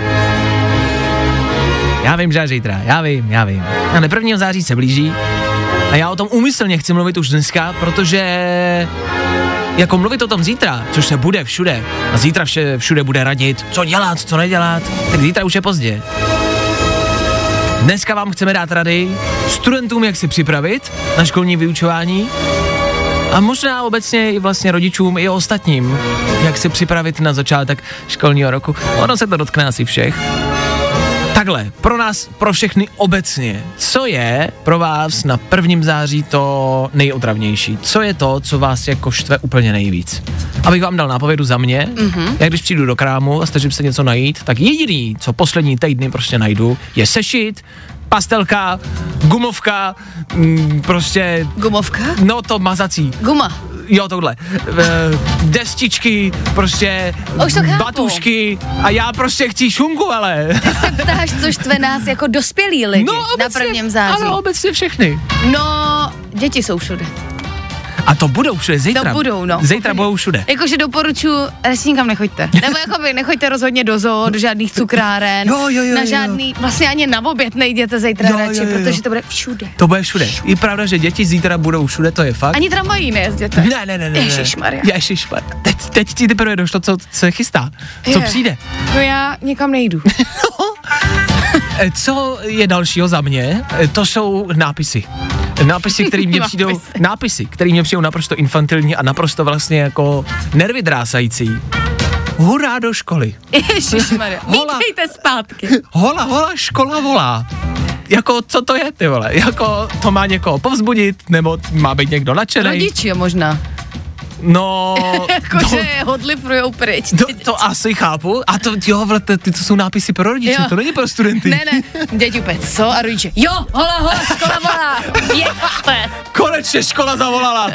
[SPEAKER 3] Já vím, že zítra, já vím, já vím. Ale prvního září se blíží a já o tom úmyslně chci mluvit už dneska, protože jako mluvit o tom zítra, což se bude všude, a zítra vše, všude bude radit, co dělat, co nedělat, tak zítra už je pozdě. Dneska vám chceme dát rady studentům, jak si připravit na školní vyučování a možná obecně i vlastně rodičům i ostatním, jak si připravit na začátek školního roku. Ono se to dotkne asi všech. Takhle, pro nás, pro všechny obecně, co je pro vás na prvním září to nejotravnější? Co je to, co vás jako štve úplně nejvíc? Abych vám dal nápovědu za mě, mm-hmm. jak když přijdu do krámu a snažím se něco najít, tak jediný, co poslední týdny prostě najdu, je sešit, pastelka, gumovka, m, prostě...
[SPEAKER 5] Gumovka?
[SPEAKER 3] No to mazací.
[SPEAKER 5] Guma.
[SPEAKER 3] Jo, tohle. E, destičky, prostě batušky a já prostě chci šunku, ale...
[SPEAKER 5] Ty se ptáš, což tve nás jako dospělí lidi no, obecně, na prvním září.
[SPEAKER 3] Ano, obecně všechny.
[SPEAKER 5] No, děti jsou všude.
[SPEAKER 3] A to budou všude, zítra.
[SPEAKER 5] To budou, no.
[SPEAKER 3] Zítra budou všude.
[SPEAKER 5] Jakože doporučuji, radši nikam nechoďte. Nebo jakoby nechoďte rozhodně do zoo, do žádných cukráren,
[SPEAKER 3] jo, jo, jo,
[SPEAKER 5] na žádný, vlastně ani na oběd nejděte zítra jo, radši, jo, jo, jo. Protože to bude všude.
[SPEAKER 3] To bude všude. Je pravda, že děti zítra budou všude, to je fakt.
[SPEAKER 5] Ani tramvají nejezděte.
[SPEAKER 3] Ne, ne, ne, ne.
[SPEAKER 5] Ježišmarja.
[SPEAKER 3] Ježišmarja. Teď, teď ti teprve došlo, co se chystá. Co je. Přijde.
[SPEAKER 5] No já nikam nejdu.
[SPEAKER 3] Co je dalšího za mě, to jsou nápisy. Nápisy, které mě přijdou, nápisy, které mě přijdou naprosto infantilní a naprosto vlastně jako nervy drásající. Hurá do školy.
[SPEAKER 5] Ježišmarja, vítejte zpátky.
[SPEAKER 3] Hola, hola, škola volá. Jako, co to je, ty vole? Jako, to má někoho povzbudit, nebo má být někdo nadšenej?
[SPEAKER 5] Rodiče možná.
[SPEAKER 3] No...
[SPEAKER 5] Jakože hodlifrujou pryč.
[SPEAKER 3] To, to asi chápu. A to, jo, vle, ty, ty to jsou nápisy pro rodiče, jo. To není pro studenty.
[SPEAKER 5] Ne, ne, děti úplně, co? A rodiče, jo, hola, hola, škola volá. Jeďte.
[SPEAKER 3] Konečně škola zavolala.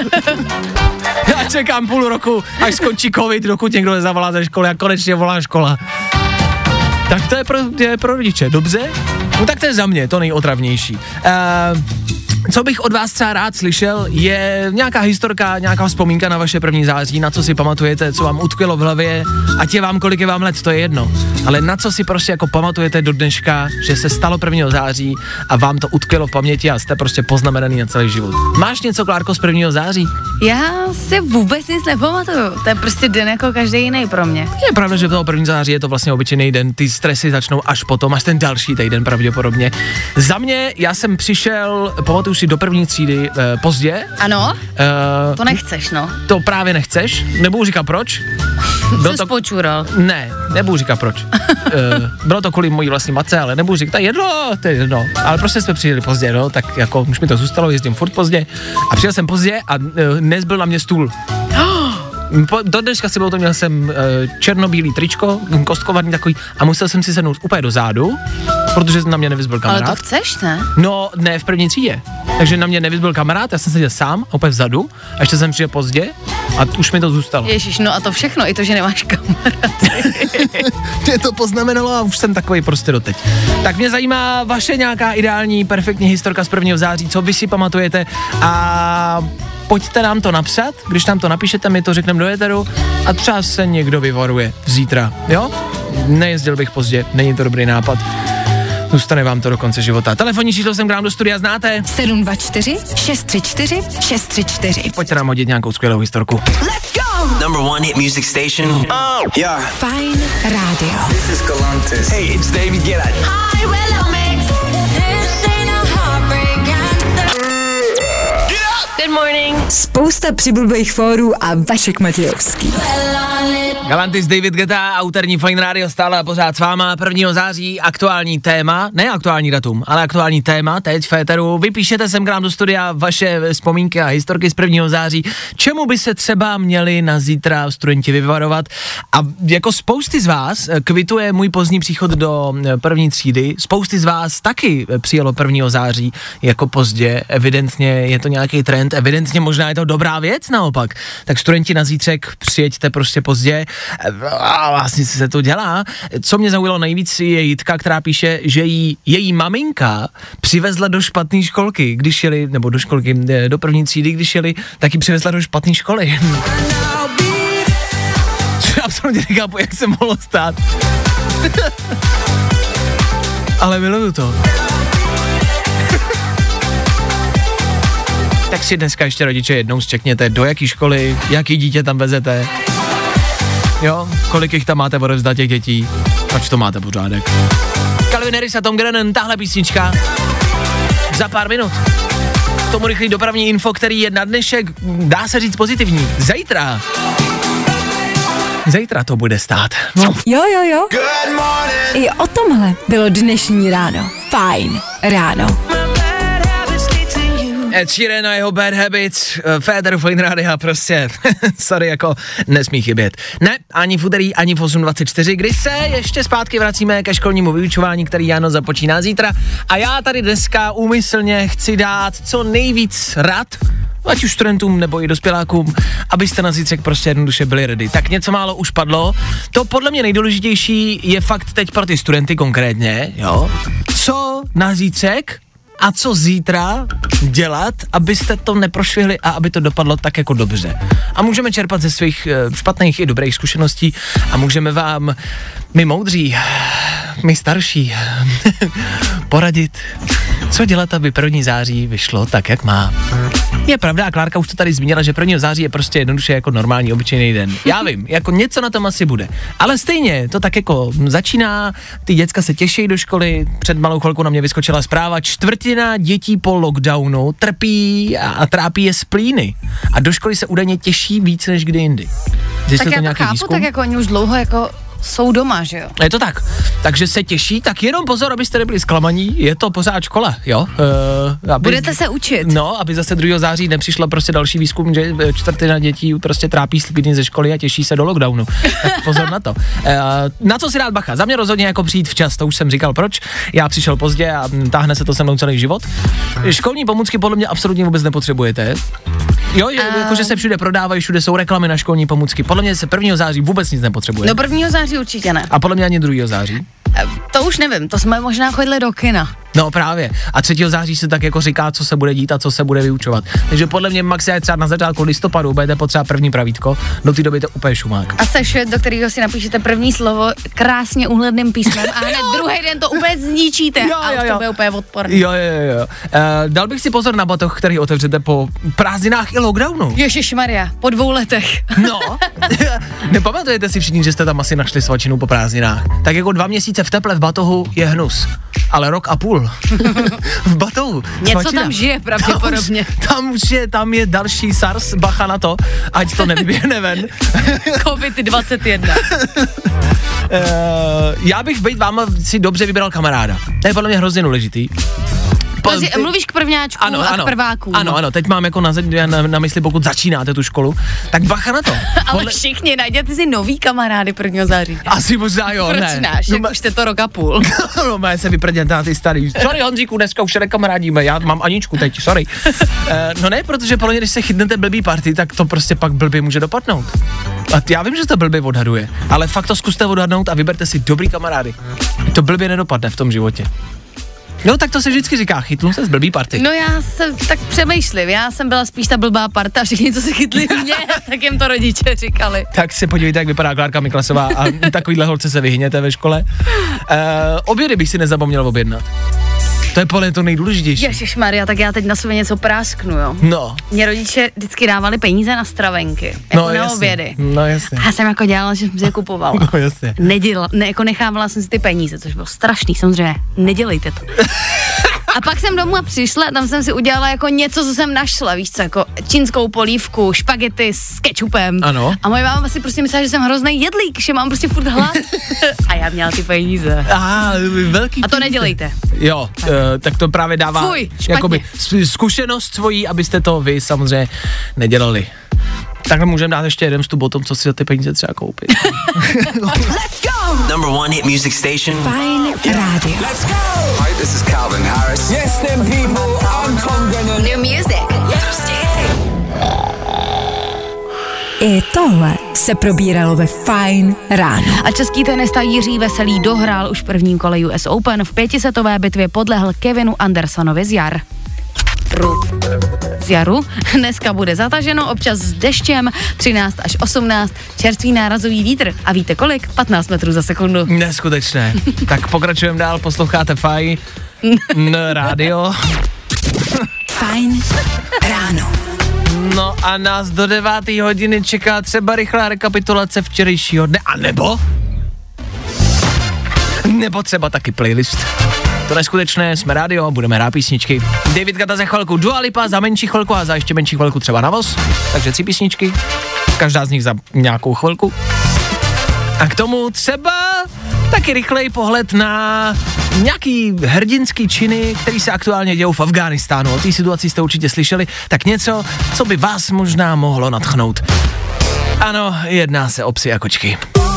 [SPEAKER 3] Já čekám půl roku, až skončí covid, dokud někdo nezavolá ze školy a konečně volá škola. Tak to je pro, je pro rodiče, dobře? No tak to je za mě to nejotravnější. Uh, Co bych od vás třeba rád slyšel, je nějaká historka, nějaká vzpomínka na vaše první září, na co si pamatujete, co vám utkvělo v hlavě, ať je vám, kolik je vám let, to je jedno. Ale na co si prostě jako pamatujete do dneška, že se stalo prvního září a vám to utkvělo v paměti a jste prostě poznamenaný na celý život. Máš něco, Klárko, z prvního září?
[SPEAKER 5] Já si vůbec nic nepamatuju, to je prostě den jako každý jiný pro mě.
[SPEAKER 3] Je pravda, že toho první září je to vlastně obyčejný den, ty stresy začnou až potom, až ten další týden pravděpodobně. Za mě, já jsem přišel, pamatuju si do první třídy eh, pozdě.
[SPEAKER 5] Ano?
[SPEAKER 3] Eh,
[SPEAKER 5] to nechceš, no.
[SPEAKER 3] To právě nechceš, nebudu říkat proč.
[SPEAKER 5] Byl to spočural.
[SPEAKER 3] Ne, nebudu říkat proč. eh, bylo to kvůli mojí vlastní matce, ale nebudu říkat, to je jedno, to je jedno. Ale prostě jsme přijeli pozdě, no, tak jako už mi to zůstalo, jezdím furt pozdě. A přijel jsem pozdě a eh, nezbyl na mě stůl. Po, do dneška si byl to, měl jsem uh, černobílý tričko, kostkovaný takový a musel jsem si sednout úplně do zádu, protože na mě nevyzbyl kamarád.
[SPEAKER 5] Ale to chceš, ne?
[SPEAKER 3] No, ne, v první třídě. Takže na mě nevyzbyl kamarád, já jsem seděl sám, úplně vzadu, a ještě jsem přijel pozdě a už mi to zůstalo.
[SPEAKER 5] Ježiš, no a to všechno, i to, že nemáš kamarád.
[SPEAKER 3] Mě to poznamenalo a už jsem takový prostě doteď. Tak mě zajímá vaše nějaká ideální, perfektní historka z prvního září, co vy si pamatujete a pojďte nám to napsat, když nám to napíšete, my to řekneme do éteru a třeba se někdo vyvaruje zítra, jo? Nejezdil bych pozdě, není to dobrý nápad. Zůstane vám to do konce života. Telefonní číslo jsem k nám do studia znáte.
[SPEAKER 1] sedm dva čtyři šest tři čtyři šest tři čtyři.
[SPEAKER 3] Pojďte nám hodit nějakou skvělou historku.
[SPEAKER 6] Let's go! Number one hit music station. Oh, yeah.
[SPEAKER 1] Fajn rádio.
[SPEAKER 6] This is Galantis. Hey, it's David Guetta. Hi, Willow Mix. This ain't a heartbreak anthem. Get up!
[SPEAKER 7] Good morning.
[SPEAKER 1] Spousta přibulbých fórů a Vašek Matějovský.
[SPEAKER 3] Galantis, David Guetta, autorní Fajn rádio stále a pořád s váma. prvního září aktuální téma, ne aktuální datum, ale aktuální téma, teď v éteru. Vypíšete sem k nám do studia vaše vzpomínky a historky z prvního září. Čemu by se třeba měli na zítra studenti vyvarovat? A jako spousty z vás kvituje můj pozdní příchod do první třídy. Spousty z vás taky přijelo prvního září jako pozdě. Evidentně je to nějaký trend, evidentně možná je to dobrá věc naopak. Tak studenti na zítřek přijeďte prostě pozdě. A vlastně se to dělá. Co mě zaujalo nejvíc je Jitka, která píše, že jí, její maminka přivezla do špatné školky, když jeli, nebo do školky, do první třídy, když jeli, tak ji přivezla do špatné školy. Absolutně nechápu, jak se mohlo stát. Ale miluju to. Tak si dneska ještě rodiče jednou zčekněte, do jaký školy, jaký dítě tam vezete. Jo, kolik jich tam máte odevzdat těch dětí, ať to máte pořádek. Calvin Harris a Tom Grennan, tahle písnička za pár minut. K tomu rychlý dopravní info, který je na dnešek, dá se říct pozitivní. Zítra. Zítra to bude stát. No.
[SPEAKER 1] Jo, jo, jo. Good morning. I o tomhle bylo dnešní ráno. Fajn ráno.
[SPEAKER 3] Ed Sheeran a jeho Bad Habits, Féteru Fajn rádia, prostě, sorry, jako nesmí chybět. Ne, ani v úterý, ani v osm dvacet čtyři, kdy se ještě zpátky vracíme ke školnímu vyučování, který Jano započíná zítra. A já tady dneska úmyslně chci dát co nejvíc rad, ať už studentům nebo i dospělákům, abyste na zítřek prostě jednoduše byli ready. Tak něco málo už padlo. To podle mě nejdůležitější je fakt teď pro ty studenty konkrétně, jo. Co na zítřek a co zítra dělat, abyste to neprošvihli a aby to dopadlo tak jako dobře. A můžeme čerpat ze svých špatných i dobrých zkušeností a můžeme vám, my moudří, my starší, poradit, co dělat, aby první září vyšlo tak, jak má. Je pravda, a Klárka už to tady zmínila, že prvního září je prostě jednoduše jako normální, obyčejný den. Já vím, jako něco na tom asi bude. Ale stejně, to tak jako začíná, ty děcka se těší do školy, před malou chvilkou na mě vyskočila zpráva, čtvrtina dětí po lockdownu trpí a, a trápí je splíny. A do školy se údajně těší víc než kdy jindy.
[SPEAKER 5] Tak já to chápu, výzkum? Tak jako oni už dlouho jako jsou doma, že jo?
[SPEAKER 3] Je to tak. Takže se těší, tak jenom pozor, abyste nebyli zklamaní, je to pořád škola, jo? Uh, aby,
[SPEAKER 5] Budete se učit.
[SPEAKER 3] No, aby zase druhého září nepřišlo prostě další výzkum, že čtvrtina dětí prostě trápí splíny ze školy a těší se do lockdownu. Tak pozor na to. Uh, na co si dát bacha? Za mě rozhodně jako přijít včas, to už jsem říkal proč. Já přišel pozdě a táhne se to se mnou celý život. Školní pomůcky podle mě absolutně vůbec nepotřebujete. Jo, je, uh... jakože se všude prodávají, všude jsou reklamy na školní pomůcky. Podle mě se prvního září vůbec nic nepotřebuje.
[SPEAKER 5] Do prvního září určitě ne.
[SPEAKER 3] A podle mě ani druhého září.
[SPEAKER 5] To už nevím, to jsme možná chodili do kina.
[SPEAKER 3] No právě. A třetího září se tak jako říká, co se bude dít a co se bude vyučovat. Takže podle mě maximálně třeba na začátku listopadu budete potřebovat první pravítko, do té doby to úplně šumák.
[SPEAKER 5] A sešit, do kterého si napíšete první slovo krásně úhledným písmem a hned druhý den to úplně zničíte jo, a už jo, jo. to bude úplně odporný.
[SPEAKER 3] Jo, jo, jo. Uh, dal bych si pozor na batoh, který otevřete po prázdninách i lockdownu.
[SPEAKER 5] Ježišmarja, po dvou letech.
[SPEAKER 3] No, nepamatujete si všichni, že jste tam asi našli svačinu po prázdninách. Tak jako dva měsíce v teple v batohu je hnus, ale rok a půl v batohu.
[SPEAKER 5] Něco
[SPEAKER 3] svačina.
[SPEAKER 5] tam žije pravděpodobně.
[SPEAKER 3] Tam už, tam už je, tam je další SARS, bacha na to, ať to nevyběhne ven.
[SPEAKER 5] covid dvacet jedna.
[SPEAKER 3] uh, já bych být váma si dobře vybral kamaráda. To je podle mě hrozně důležitý.
[SPEAKER 5] Ty, mluvíš k prvňáčku
[SPEAKER 3] ano,
[SPEAKER 5] a
[SPEAKER 3] ano,
[SPEAKER 5] k prvákům.
[SPEAKER 3] Ano, ano, teď mám jako na, na, na mysli, pokud začínáte tu školu, tak bacha na to.
[SPEAKER 5] Ale podle... všichni, najděte si nový kamarády prvního září.
[SPEAKER 3] Asi možná jo,
[SPEAKER 5] Proč
[SPEAKER 3] ne.
[SPEAKER 5] náš, no, jak už jste to rok a půl.
[SPEAKER 3] No, má se vyprdět na ty starý. Sorry Honzíku, dneska už nekamarádíme, já mám Aničku teď, sorry. uh, no ne, protože podle mě, když se chytnete blbý party, tak to prostě pak blbě může dopadnout. A já vím, že to blbě odhaduje, ale fakt to zkuste odhadnout a vyberte si dobrý kamarády. To blbě nedopadne v tom životě. No tak to se vždycky říká, chytnu se z blbý party.
[SPEAKER 5] No já jsem tak přemýšlivý, já jsem byla spíš ta blbá parta, všichni, co se chytli mě, tak jim to rodiče říkali.
[SPEAKER 3] Tak se podívejte, jak vypadá Klárka Miklasová a takovýhle holce se vyhyněte ve škole. obědy bych si nezapomněl objednat. To je podle to nejdůležitější.
[SPEAKER 5] Ježišmarja, tak já teď na sobě něco prásknu, jo.
[SPEAKER 3] No.
[SPEAKER 5] Mě rodiče vždycky dávali peníze na stravenky, jako
[SPEAKER 3] no,
[SPEAKER 5] na
[SPEAKER 3] jasně.
[SPEAKER 5] obědy.
[SPEAKER 3] No jasně.
[SPEAKER 5] A já jsem jako dělala, že jsem si je kupovala.
[SPEAKER 3] No jasně.
[SPEAKER 5] Nedělala, ne, jako nechávala jsem si ty peníze, což bylo strašný, samozřejmě, nedělejte to. A pak jsem domů a přišla, tam jsem si udělala jako něco, co jsem našla, víš co, jako čínskou polívku, špagety s kečupem.
[SPEAKER 3] Ano.
[SPEAKER 5] A moje máma si prostě myslela, že jsem hrozný jedlík, že mám prostě furt hlad. A já měla ty peníze.
[SPEAKER 3] Aha, velký
[SPEAKER 5] A to nedělejte.
[SPEAKER 3] Jo, tak, uh, tak to právě dává
[SPEAKER 5] Fuj, špatně.
[SPEAKER 3] jakoby zkušenost svojí, abyste to vy samozřejmě nedělali. Takhle můžeme dát ještě jeden vstup o tom, co si za ty peníze třeba koupit.
[SPEAKER 6] Let's go! Number one hit music station.
[SPEAKER 1] Fajn rádio.
[SPEAKER 6] Let's go!
[SPEAKER 8] Hi, this is Calvin Harris.
[SPEAKER 6] Yes, them people, I'm Tom Grennan.
[SPEAKER 1] New music. Prostě i tohle se probíralo ve Fajn ráno.
[SPEAKER 5] A český tenista Jiří Veselý dohrál už v prvním kole U S Open. V pětisetové bitvě podlehl Kevinu Andersonovi z Jar. Ru. Z Jaru. Dneska bude zataženo, občas s deštěm, třináct až osmnáct, čerstvý nárazový vítr. A víte kolik? patnáct metrů za sekundu.
[SPEAKER 3] Neskutečné. Tak pokračujeme dál, posloucháte Fajn rádio.
[SPEAKER 1] Fajn ráno.
[SPEAKER 3] No a nás do deváté hodiny čeká třeba rychlá rekapitulace včerejšího dne, a nebo? Nebo třeba taky playlist. To neskutečné, jsme rádio, budeme hrát písničky. David Guetta za chvilku, Dua Lipa za menší chvilku a za ještě menší chvilku třeba Navoz. Takže tři písničky, každá z nich za nějakou chvilku. A k tomu třeba taky rychlej pohled na nějaký hrdinský činy, který se aktuálně dějou v Afghánistánu. O té situaci jste určitě slyšeli, tak něco, co by vás možná mohlo nadchnout. Ano, jedná se o psy a kočky.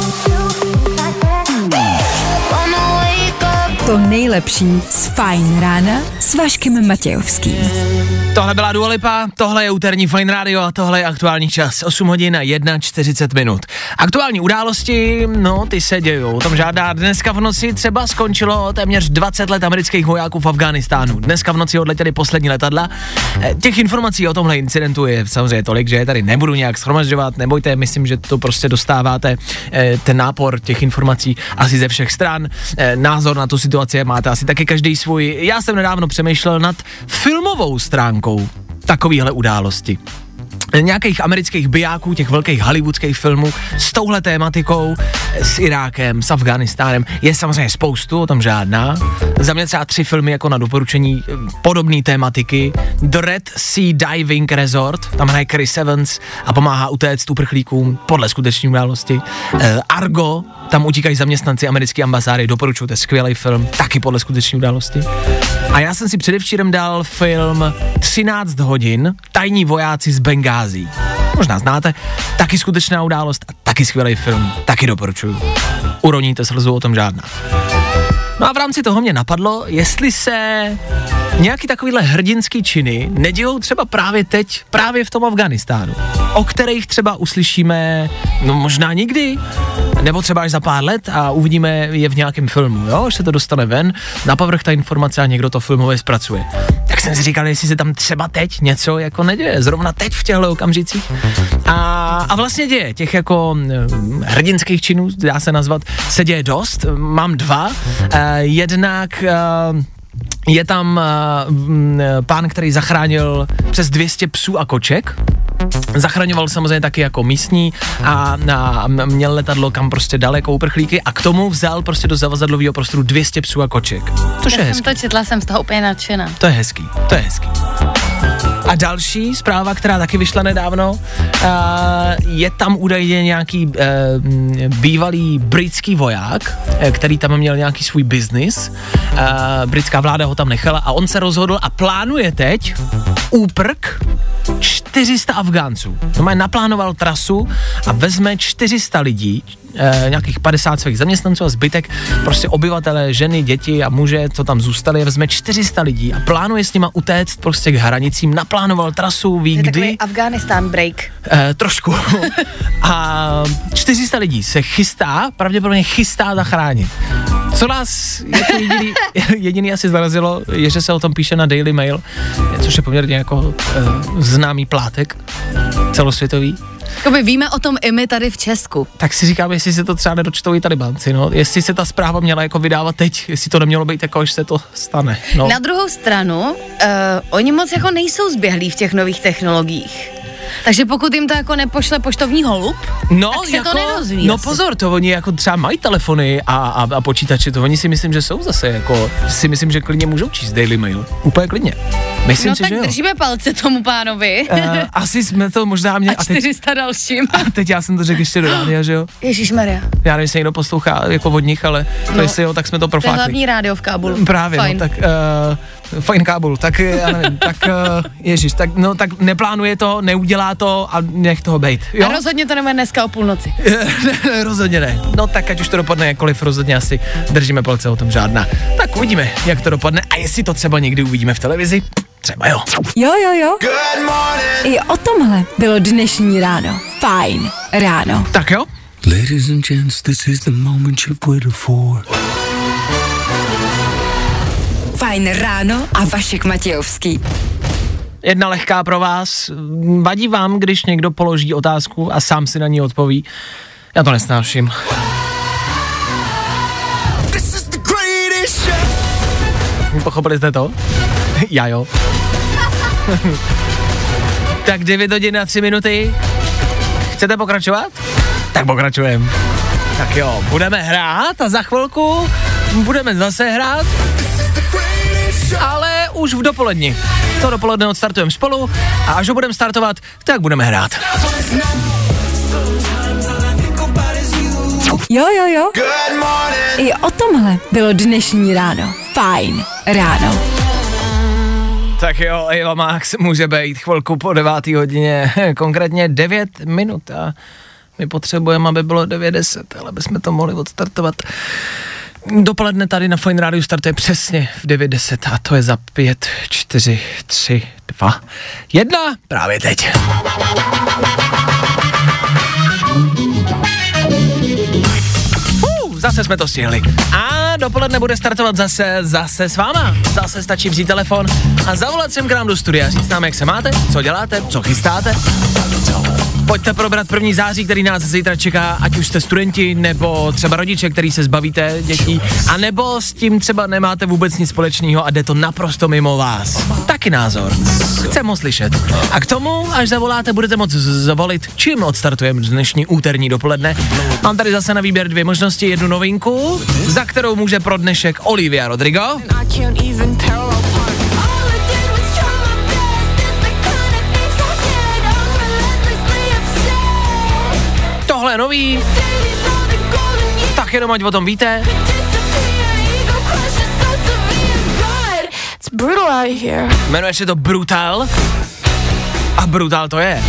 [SPEAKER 1] To nejlepší z Fajn rána s Vaškem Matějovským.
[SPEAKER 3] Tohle byla Dua Lipa, tohle je úterní Fajn rádio a tohle je aktuální čas. osm hodin a čtyřicet jedna minut. Aktuální události, no ty se dějou, o tom žádná. Dneska v noci třeba skončilo téměř dvacet let amerických vojáků v Afghánistánu. Dneska v noci odletěly poslední letadla. Těch informací o tomhle incidentu je samozřejmě tolik, že je tady nebudu nějak shromažďovat, nebojte, myslím, že to prostě dostáváte, ten nápor těch informací asi ze všech stran. Názor na tu situaci máte asi taky každý svůj. Já jsem nedávno přemýšlel nad filmovou stránkou takovýhle události. Nějakých amerických bijáků, těch velkých hollywoodských filmů s touhle tématikou, s Irákem, s Afghánistánem, je samozřejmě spoustu, o tom žádná. Za mě třeba tři filmy jako na doporučení podobné tématiky. The Red Sea Diving Resort, tam hraje Chris Evans a pomáhá utéct uprchlíkům podle skutečné události. Argo, tam utíkají zaměstnanci americké ambasády, doporučuji, to je skvělý film, taky podle skutečné události. A já jsem si předevčírem dal film třináct hodin, tajní vojáci z Bengází. Možná znáte, taky skutečná událost a taky skvělý film, taky doporučuju. Uroníte slzu, o tom žádná. No a v rámci toho mě napadlo, jestli se nějaký takovýhle hrdinský činy nedějou třeba právě teď, právě v tom Afghánistánu, o kterých třeba uslyšíme, no možná nikdy, nebo třeba až za pár let a uvidíme je v nějakém filmu, jo, až se to dostane ven, na povrch ta informace a někdo to filmově zpracuje. Tak jsem si říkal, jestli se tam třeba teď něco jako neděje, zrovna teď v těchto okamžicích. A, a vlastně děje, těch jako hrdinských činů, dá se nazvat, se děje dost, mám dva, uh, jednak uh, je tam uh, pán, který zachránil přes dvě stě psů a koček. Zachraňoval samozřejmě taky jako místní a, a měl letadlo, kam prostě dal jako uprchlíky a k tomu vzal prostě do zavazadlového prostoru dvě stě psů a koček. Což
[SPEAKER 5] Já
[SPEAKER 3] je
[SPEAKER 5] jsem
[SPEAKER 3] hezký.
[SPEAKER 5] to četla, jsem z toho úplně nadšená.
[SPEAKER 3] To je hezký, to je hezký. A další zpráva, která taky vyšla nedávno, uh, je tam údajně nějaký uh, bývalý britský voják, který tam měl nějaký svůj biznis. Uh, britská vláda ho tam nechala a on se rozhodl a plánuje teď úprk čtyři sta Afgánců. To má naplánoval trasu a vezme čtyři sta lidí, e, nějakých padesát svých zaměstnanců a zbytek, prostě obyvatele, ženy, děti a muže, co tam zůstali, vezme čtyři sta lidí a plánuje s nima utéct prostě k hranicím, naplánoval trasu, ví
[SPEAKER 5] To je
[SPEAKER 3] kdy.
[SPEAKER 5] takový Afghánistán break.
[SPEAKER 3] E, trošku. A čtyři sta lidí se chystá, pravděpodobně chystá zachránit. Co nás jako jediný, jediný asi zarazilo, je, že se o tom píše na Daily Mail, což je poměrně jako e, známý plátek celosvětový.
[SPEAKER 5] Jakoby víme o tom i my tady v Česku.
[SPEAKER 3] Tak si říkám, jestli se to třeba nedočtou i tady banci, no. Jestli se ta zpráva měla jako vydávat teď, jestli to nemělo být jako, až se to stane, no.
[SPEAKER 5] Na druhou stranu, uh, oni moc jako nejsou zběhlí v těch nových technologiích. Takže pokud jim to jako nepošle poštovní holub,
[SPEAKER 3] no,
[SPEAKER 5] tak se
[SPEAKER 3] jako,
[SPEAKER 5] to nedozví.
[SPEAKER 3] No
[SPEAKER 5] asi.
[SPEAKER 3] pozor, to oni jako třeba mají telefony a, a, a počítače, to oni si myslím, že jsou zase jako, si myslím, že klidně můžou číst Daily Mail. Úplně klidně. Myslím
[SPEAKER 5] no
[SPEAKER 3] si,
[SPEAKER 5] tak
[SPEAKER 3] že jo.
[SPEAKER 5] držíme palce tomu pánovi.
[SPEAKER 3] Uh, asi jsme to možná měli.
[SPEAKER 5] A čtyři sta
[SPEAKER 3] teď,
[SPEAKER 5] dalším.
[SPEAKER 3] A teď já jsem to řekl ještě do rádia, že jo.
[SPEAKER 5] Ježišmarja.
[SPEAKER 3] Já nevím, jestli někdo poslouchá jako od nich, ale no, jestli jo, tak jsme to
[SPEAKER 5] To je
[SPEAKER 3] proflákli.
[SPEAKER 5] hlavní rádio v Kábulu.
[SPEAKER 3] Právě,
[SPEAKER 5] Fajn.
[SPEAKER 3] no, tak uh, fajn Kábul, tak já nevím, tak uh, ježiš, tak no, tak neplánuje to, neudělá to a nech toho bejt, jo?
[SPEAKER 5] A rozhodně to nebude dneska o půlnoci.
[SPEAKER 3] ne, rozhodně ne. No tak ať už to dopadne jakkoliv, rozhodně asi držíme palce, o tom žádná. Tak uvidíme, jak to dopadne a jestli to třeba někdy uvidíme v televizi, třeba jo.
[SPEAKER 1] Jo, jo, jo. I o tomhle bylo dnešní ráno. Fajn ráno.
[SPEAKER 3] Tak jo.
[SPEAKER 2] Ladies and gents, this is the moment you've waited for.
[SPEAKER 1] Fajn ráno a Vašek Matějovský.
[SPEAKER 3] Jedna lehká pro vás. Vadí vám, když někdo položí otázku a sám si na ní odpoví? Já to nesnáším. Pochopili jste to? Já jo. Tak devět hodin a tři minuty. Chcete pokračovat? Tak pokračujeme. Tak jo, budeme hrát a za chvilku budeme zase hrát, ale už v dopoledni. To dopoledne odstartujeme spolu a až ho budeme startovat, tak budeme hrát.
[SPEAKER 1] Jo, jo, jo. I o tomhle bylo dnešní ráno. Fajn ráno.
[SPEAKER 3] Tak jo, Eva Max může být chvilku po devátý hodině, konkrétně devět minut a my potřebujeme, aby bylo devět deset, ale bychom to mohli odstartovat. Dopoledne tady na Fajn rádiu startuje přesně v devět deset a to je za pět, čtyři, tři, dva, jedna, právě teď. Uh, zase jsme to stihli. A dopoledne bude startovat zase, zase s váma. Zase stačí vzít telefon a zavolat sem k nám do studia. Říct nám, jak se máte, co děláte, co chystáte. Pojďte probrat první září, který nás zítra čeká, ať už jste studenti, nebo třeba rodiče, který se zbavíte dětí, a nebo s tím třeba nemáte vůbec nic společného a jde to naprosto mimo vás. Taky názor. Chceme ho slyšet. A k tomu, až zavoláte, budete moct zavolit, čím odstartujeme dnešní úterní dopoledne. Mám tady zase na výběr dvě možnosti, jednu novinku, za kterou může pro dnešek Olivia Rodrigo. Tohle je nový, tak jenom ať o tom víte. Jmenuje se to Brutal a Brutal to je.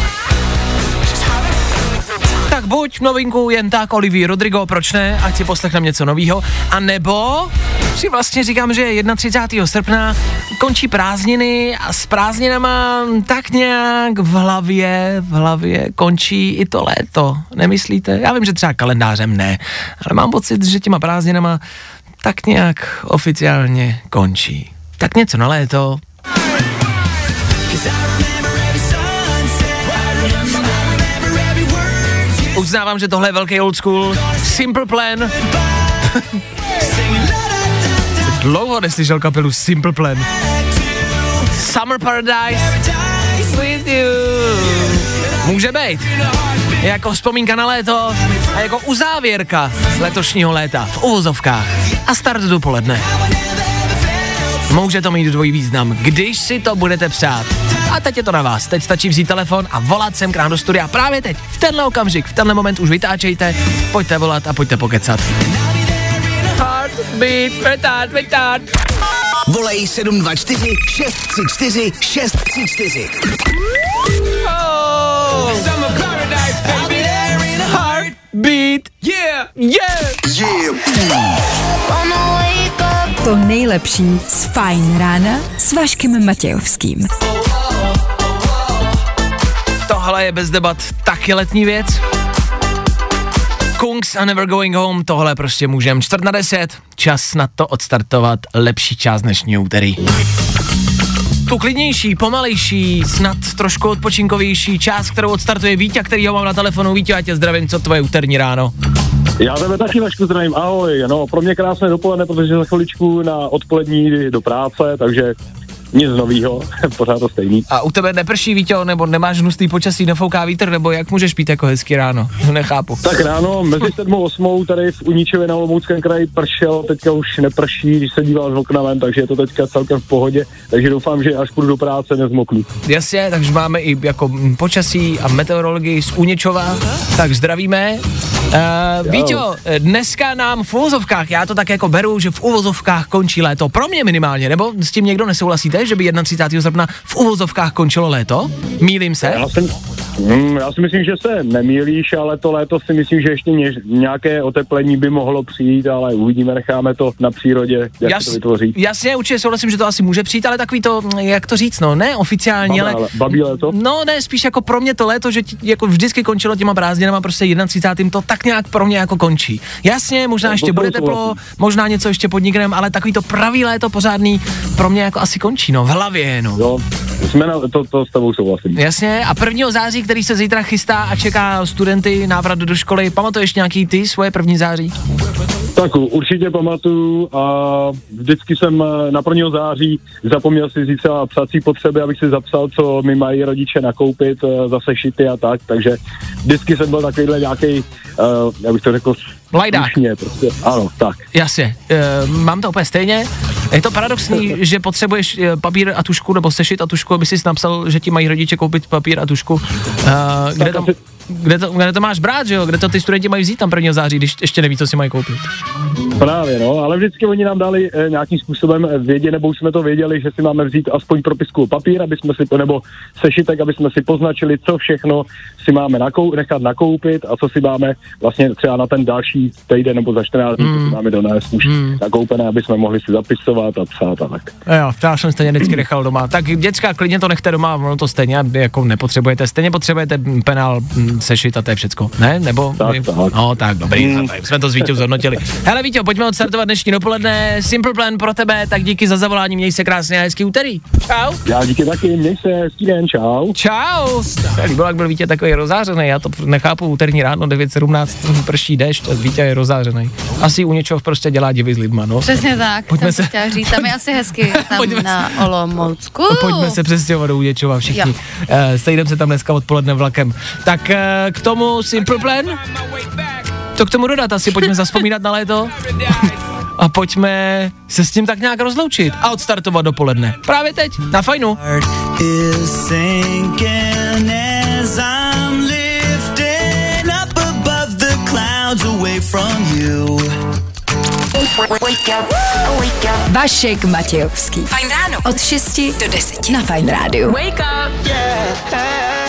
[SPEAKER 3] Tak buď novinku jen tak Olivia Rodrigo, proč ne, ať si poslechneme něco novýho, a nebo si vlastně říkám, že třicátého prvního srpna končí prázdniny a s prázdninama tak nějak v hlavě, v hlavě končí i to léto, nemyslíte? Já vím, že třeba kalendářem ne, ale mám pocit, že těma prázdninama tak nějak oficiálně končí. Tak něco na léto. Uznávám, že tohle je velký old school. Simple Plan. Dlouho neslyšel kapelu Simple Plan. Summer Paradise with you. Může být. Jako vzpomínka na léto a jako uzávěrka letošního léta v uvozovkách. A start dopoledne. Může to mít dvojí význam, když si to budete přát. A teď je to na vás. Teď stačí vzít telefon a volat sem k nám do studia. Právě teď, v tenhle okamžik, v tenhle moment už vytáčejte, pojďte volat a pojďte pokecat. Heartbeat, retard, retard.
[SPEAKER 6] Volej sedm dva čtyři šest tři čtyři šest tři čtyři.
[SPEAKER 3] Oh, Summer Paradise, baby. Heartbeat, yeah, yeah,
[SPEAKER 6] Yeah.
[SPEAKER 1] To nejlepší z Fajn rána s Vaškem Matějovským.
[SPEAKER 3] Tohle je bez debat taky letní věc. Kungs a Never Going Home, tohle prostě můžem. Čtvrt na deset, čas na to odstartovat lepší část dnešního úterý. tu klidnější, pomalejší, snad trošku odpočinkovější část, kterou odstartuje Víťa, který ho mám na telefonu. Víťo, já tě zdravím, co tvoje úterní ráno?
[SPEAKER 9] Já tebe taky, Vašku, zdravím, ahoj. No, pro mě krásné dopoledne, protože za chviličku na odpolední do práce, takže nic novýho, pořád to stejný.
[SPEAKER 3] A u tebe neprší, Víťo, nebo nemáš hnusný počasí, nefouká vítr, nebo jak můžeš pít jako hezký ráno? Nechápu.
[SPEAKER 9] Tak ráno, mezi sedmou a osmou tady v Uničově na Olomouckém kraji pršel, teďka už neprší, když se díval z okna ven, takže je to teďka celkem v pohodě, takže doufám, že až půjdu do práce, nezmoknu.
[SPEAKER 3] Jasně, takže máme i jako počasí a meteorologii z Uničova, tak zdravíme. Uh, Víťo, dneska nám v uvozovkách, já to tak jako beru, že v uvozovkách končí léto, pro mě minimálně, nebo s tím někdo nesouhlasíte, že by třicátého prvního srpna v uvozovkách končilo léto? Mýlím se?
[SPEAKER 9] Já, jsem, mm, já si myslím, že se nemýlíš, ale to léto si myslím, že ještě ně, nějaké oteplení by mohlo přijít, ale uvidíme, necháme to na přírodě, jak Jas, se to vytvoří.
[SPEAKER 3] Jasně, určitě souhlasím, že to asi může přijít, ale takový to, jak to říct, no, ne oficiálně,
[SPEAKER 9] Babá,
[SPEAKER 3] ale...
[SPEAKER 9] Babí léto?
[SPEAKER 3] No ne, spíš jako pro mě to léto, že ti, jako vždycky končilo těma prázdninama, prostě třicátého prvního to tak nějak pro mě jako končí. Jasně, možná ještě bude teplo, možná něco ještě podnikneme, ale takový to pravý léto pořádný pro mě jako asi končí, no, v hlavě, no.
[SPEAKER 9] Jo, jsme na to, to s tebou souhlasím.
[SPEAKER 3] Jasně, a prvního září, který se zítra chystá a čeká studenty, návrat do školy, pamatuješ nějaký ty svoje první září?
[SPEAKER 9] Tak určitě pamatuju a vždycky jsem na prvního září zapomněl si říct třeba psací potřeby, abych si zapsal, co mi mají rodiče nakoupit, zase šity a tak, takže vždycky jsem byl takovýhle nějaký, uh, já bych to řekl,
[SPEAKER 3] lajdák.
[SPEAKER 9] Prostě. Ano, tak.
[SPEAKER 3] Jasně, uh, mám to úplně stejně. Je to paradoxní, že potřebuješ papír a tušku, nebo sešit a tušku, aby jsi napsal, že ti mají rodiče koupit papír a tušku. Uh, kde, to, kde, to, kde to máš brát, že jo? Kde to ty studenti mají vzít tam prvního září, když ještě neví, co si mají koupit?
[SPEAKER 9] Právě, no, ale vždycky oni nám dali eh, nějakým způsobem vědět, nebo už jsme to věděli, že si máme vzít aspoň propisku papír, aby jsme si, nebo sešitek, aby jsme si poznačili, co všechno si máme nakou, nechat nakoupit a co si máme vlastně třeba na ten další týden nebo za čtrnáct dní, mm. co si máme donést už mm. nakoupené, aby jsme mohli si zapisovat a psát a tak.
[SPEAKER 3] Jo, já jsem stejně vždycky nechal doma. Tak děcka, klidně to nechte doma, ono to stejně jako nepotřebujete, stejně potřebujete penál, sešit a to je všecko, ne? Nebo?
[SPEAKER 9] Tak, tak.
[SPEAKER 3] No tak, dobrý, mm. jsme to s Víťou zhodnotili. Hele Víťo, pojďme odstartovat dnešní dopoledne, Simple Plan pro tebe, tak díky za zavolání, měj se krásně a hezký úterý. Čau.
[SPEAKER 9] Já díky taky, měj se, hezký den, čau.
[SPEAKER 3] Čau. Líbilo, jak byl Vítě takový rozářený, já to nechápu, úterní ráno, devět sedmnáct, prší déšť a Vítě je rozářený. Asi u něčeho prostě dělá divy s lidma, no.
[SPEAKER 5] Přesně tak, pojďme jsem se chtěla říct, tam je asi hezky, tam pojďme na se, Olomoucku.
[SPEAKER 3] Pojďme se přestěhovat do Uděčova všichni, uh, sejdeme se tam dneska odpoledne vlakem. Tak uh, k tomu Simple Plan, to k tomu dodat, asi pojďme zavzpomínat na léto a pojďme se s tím tak nějak rozloučit a odstartovat dopoledne. Právě teď, na Fajnu.
[SPEAKER 1] Vašek Matějovský. Fajn ráno. Od šesti do deseti na Fajn rádiu. Wake up. Yeah.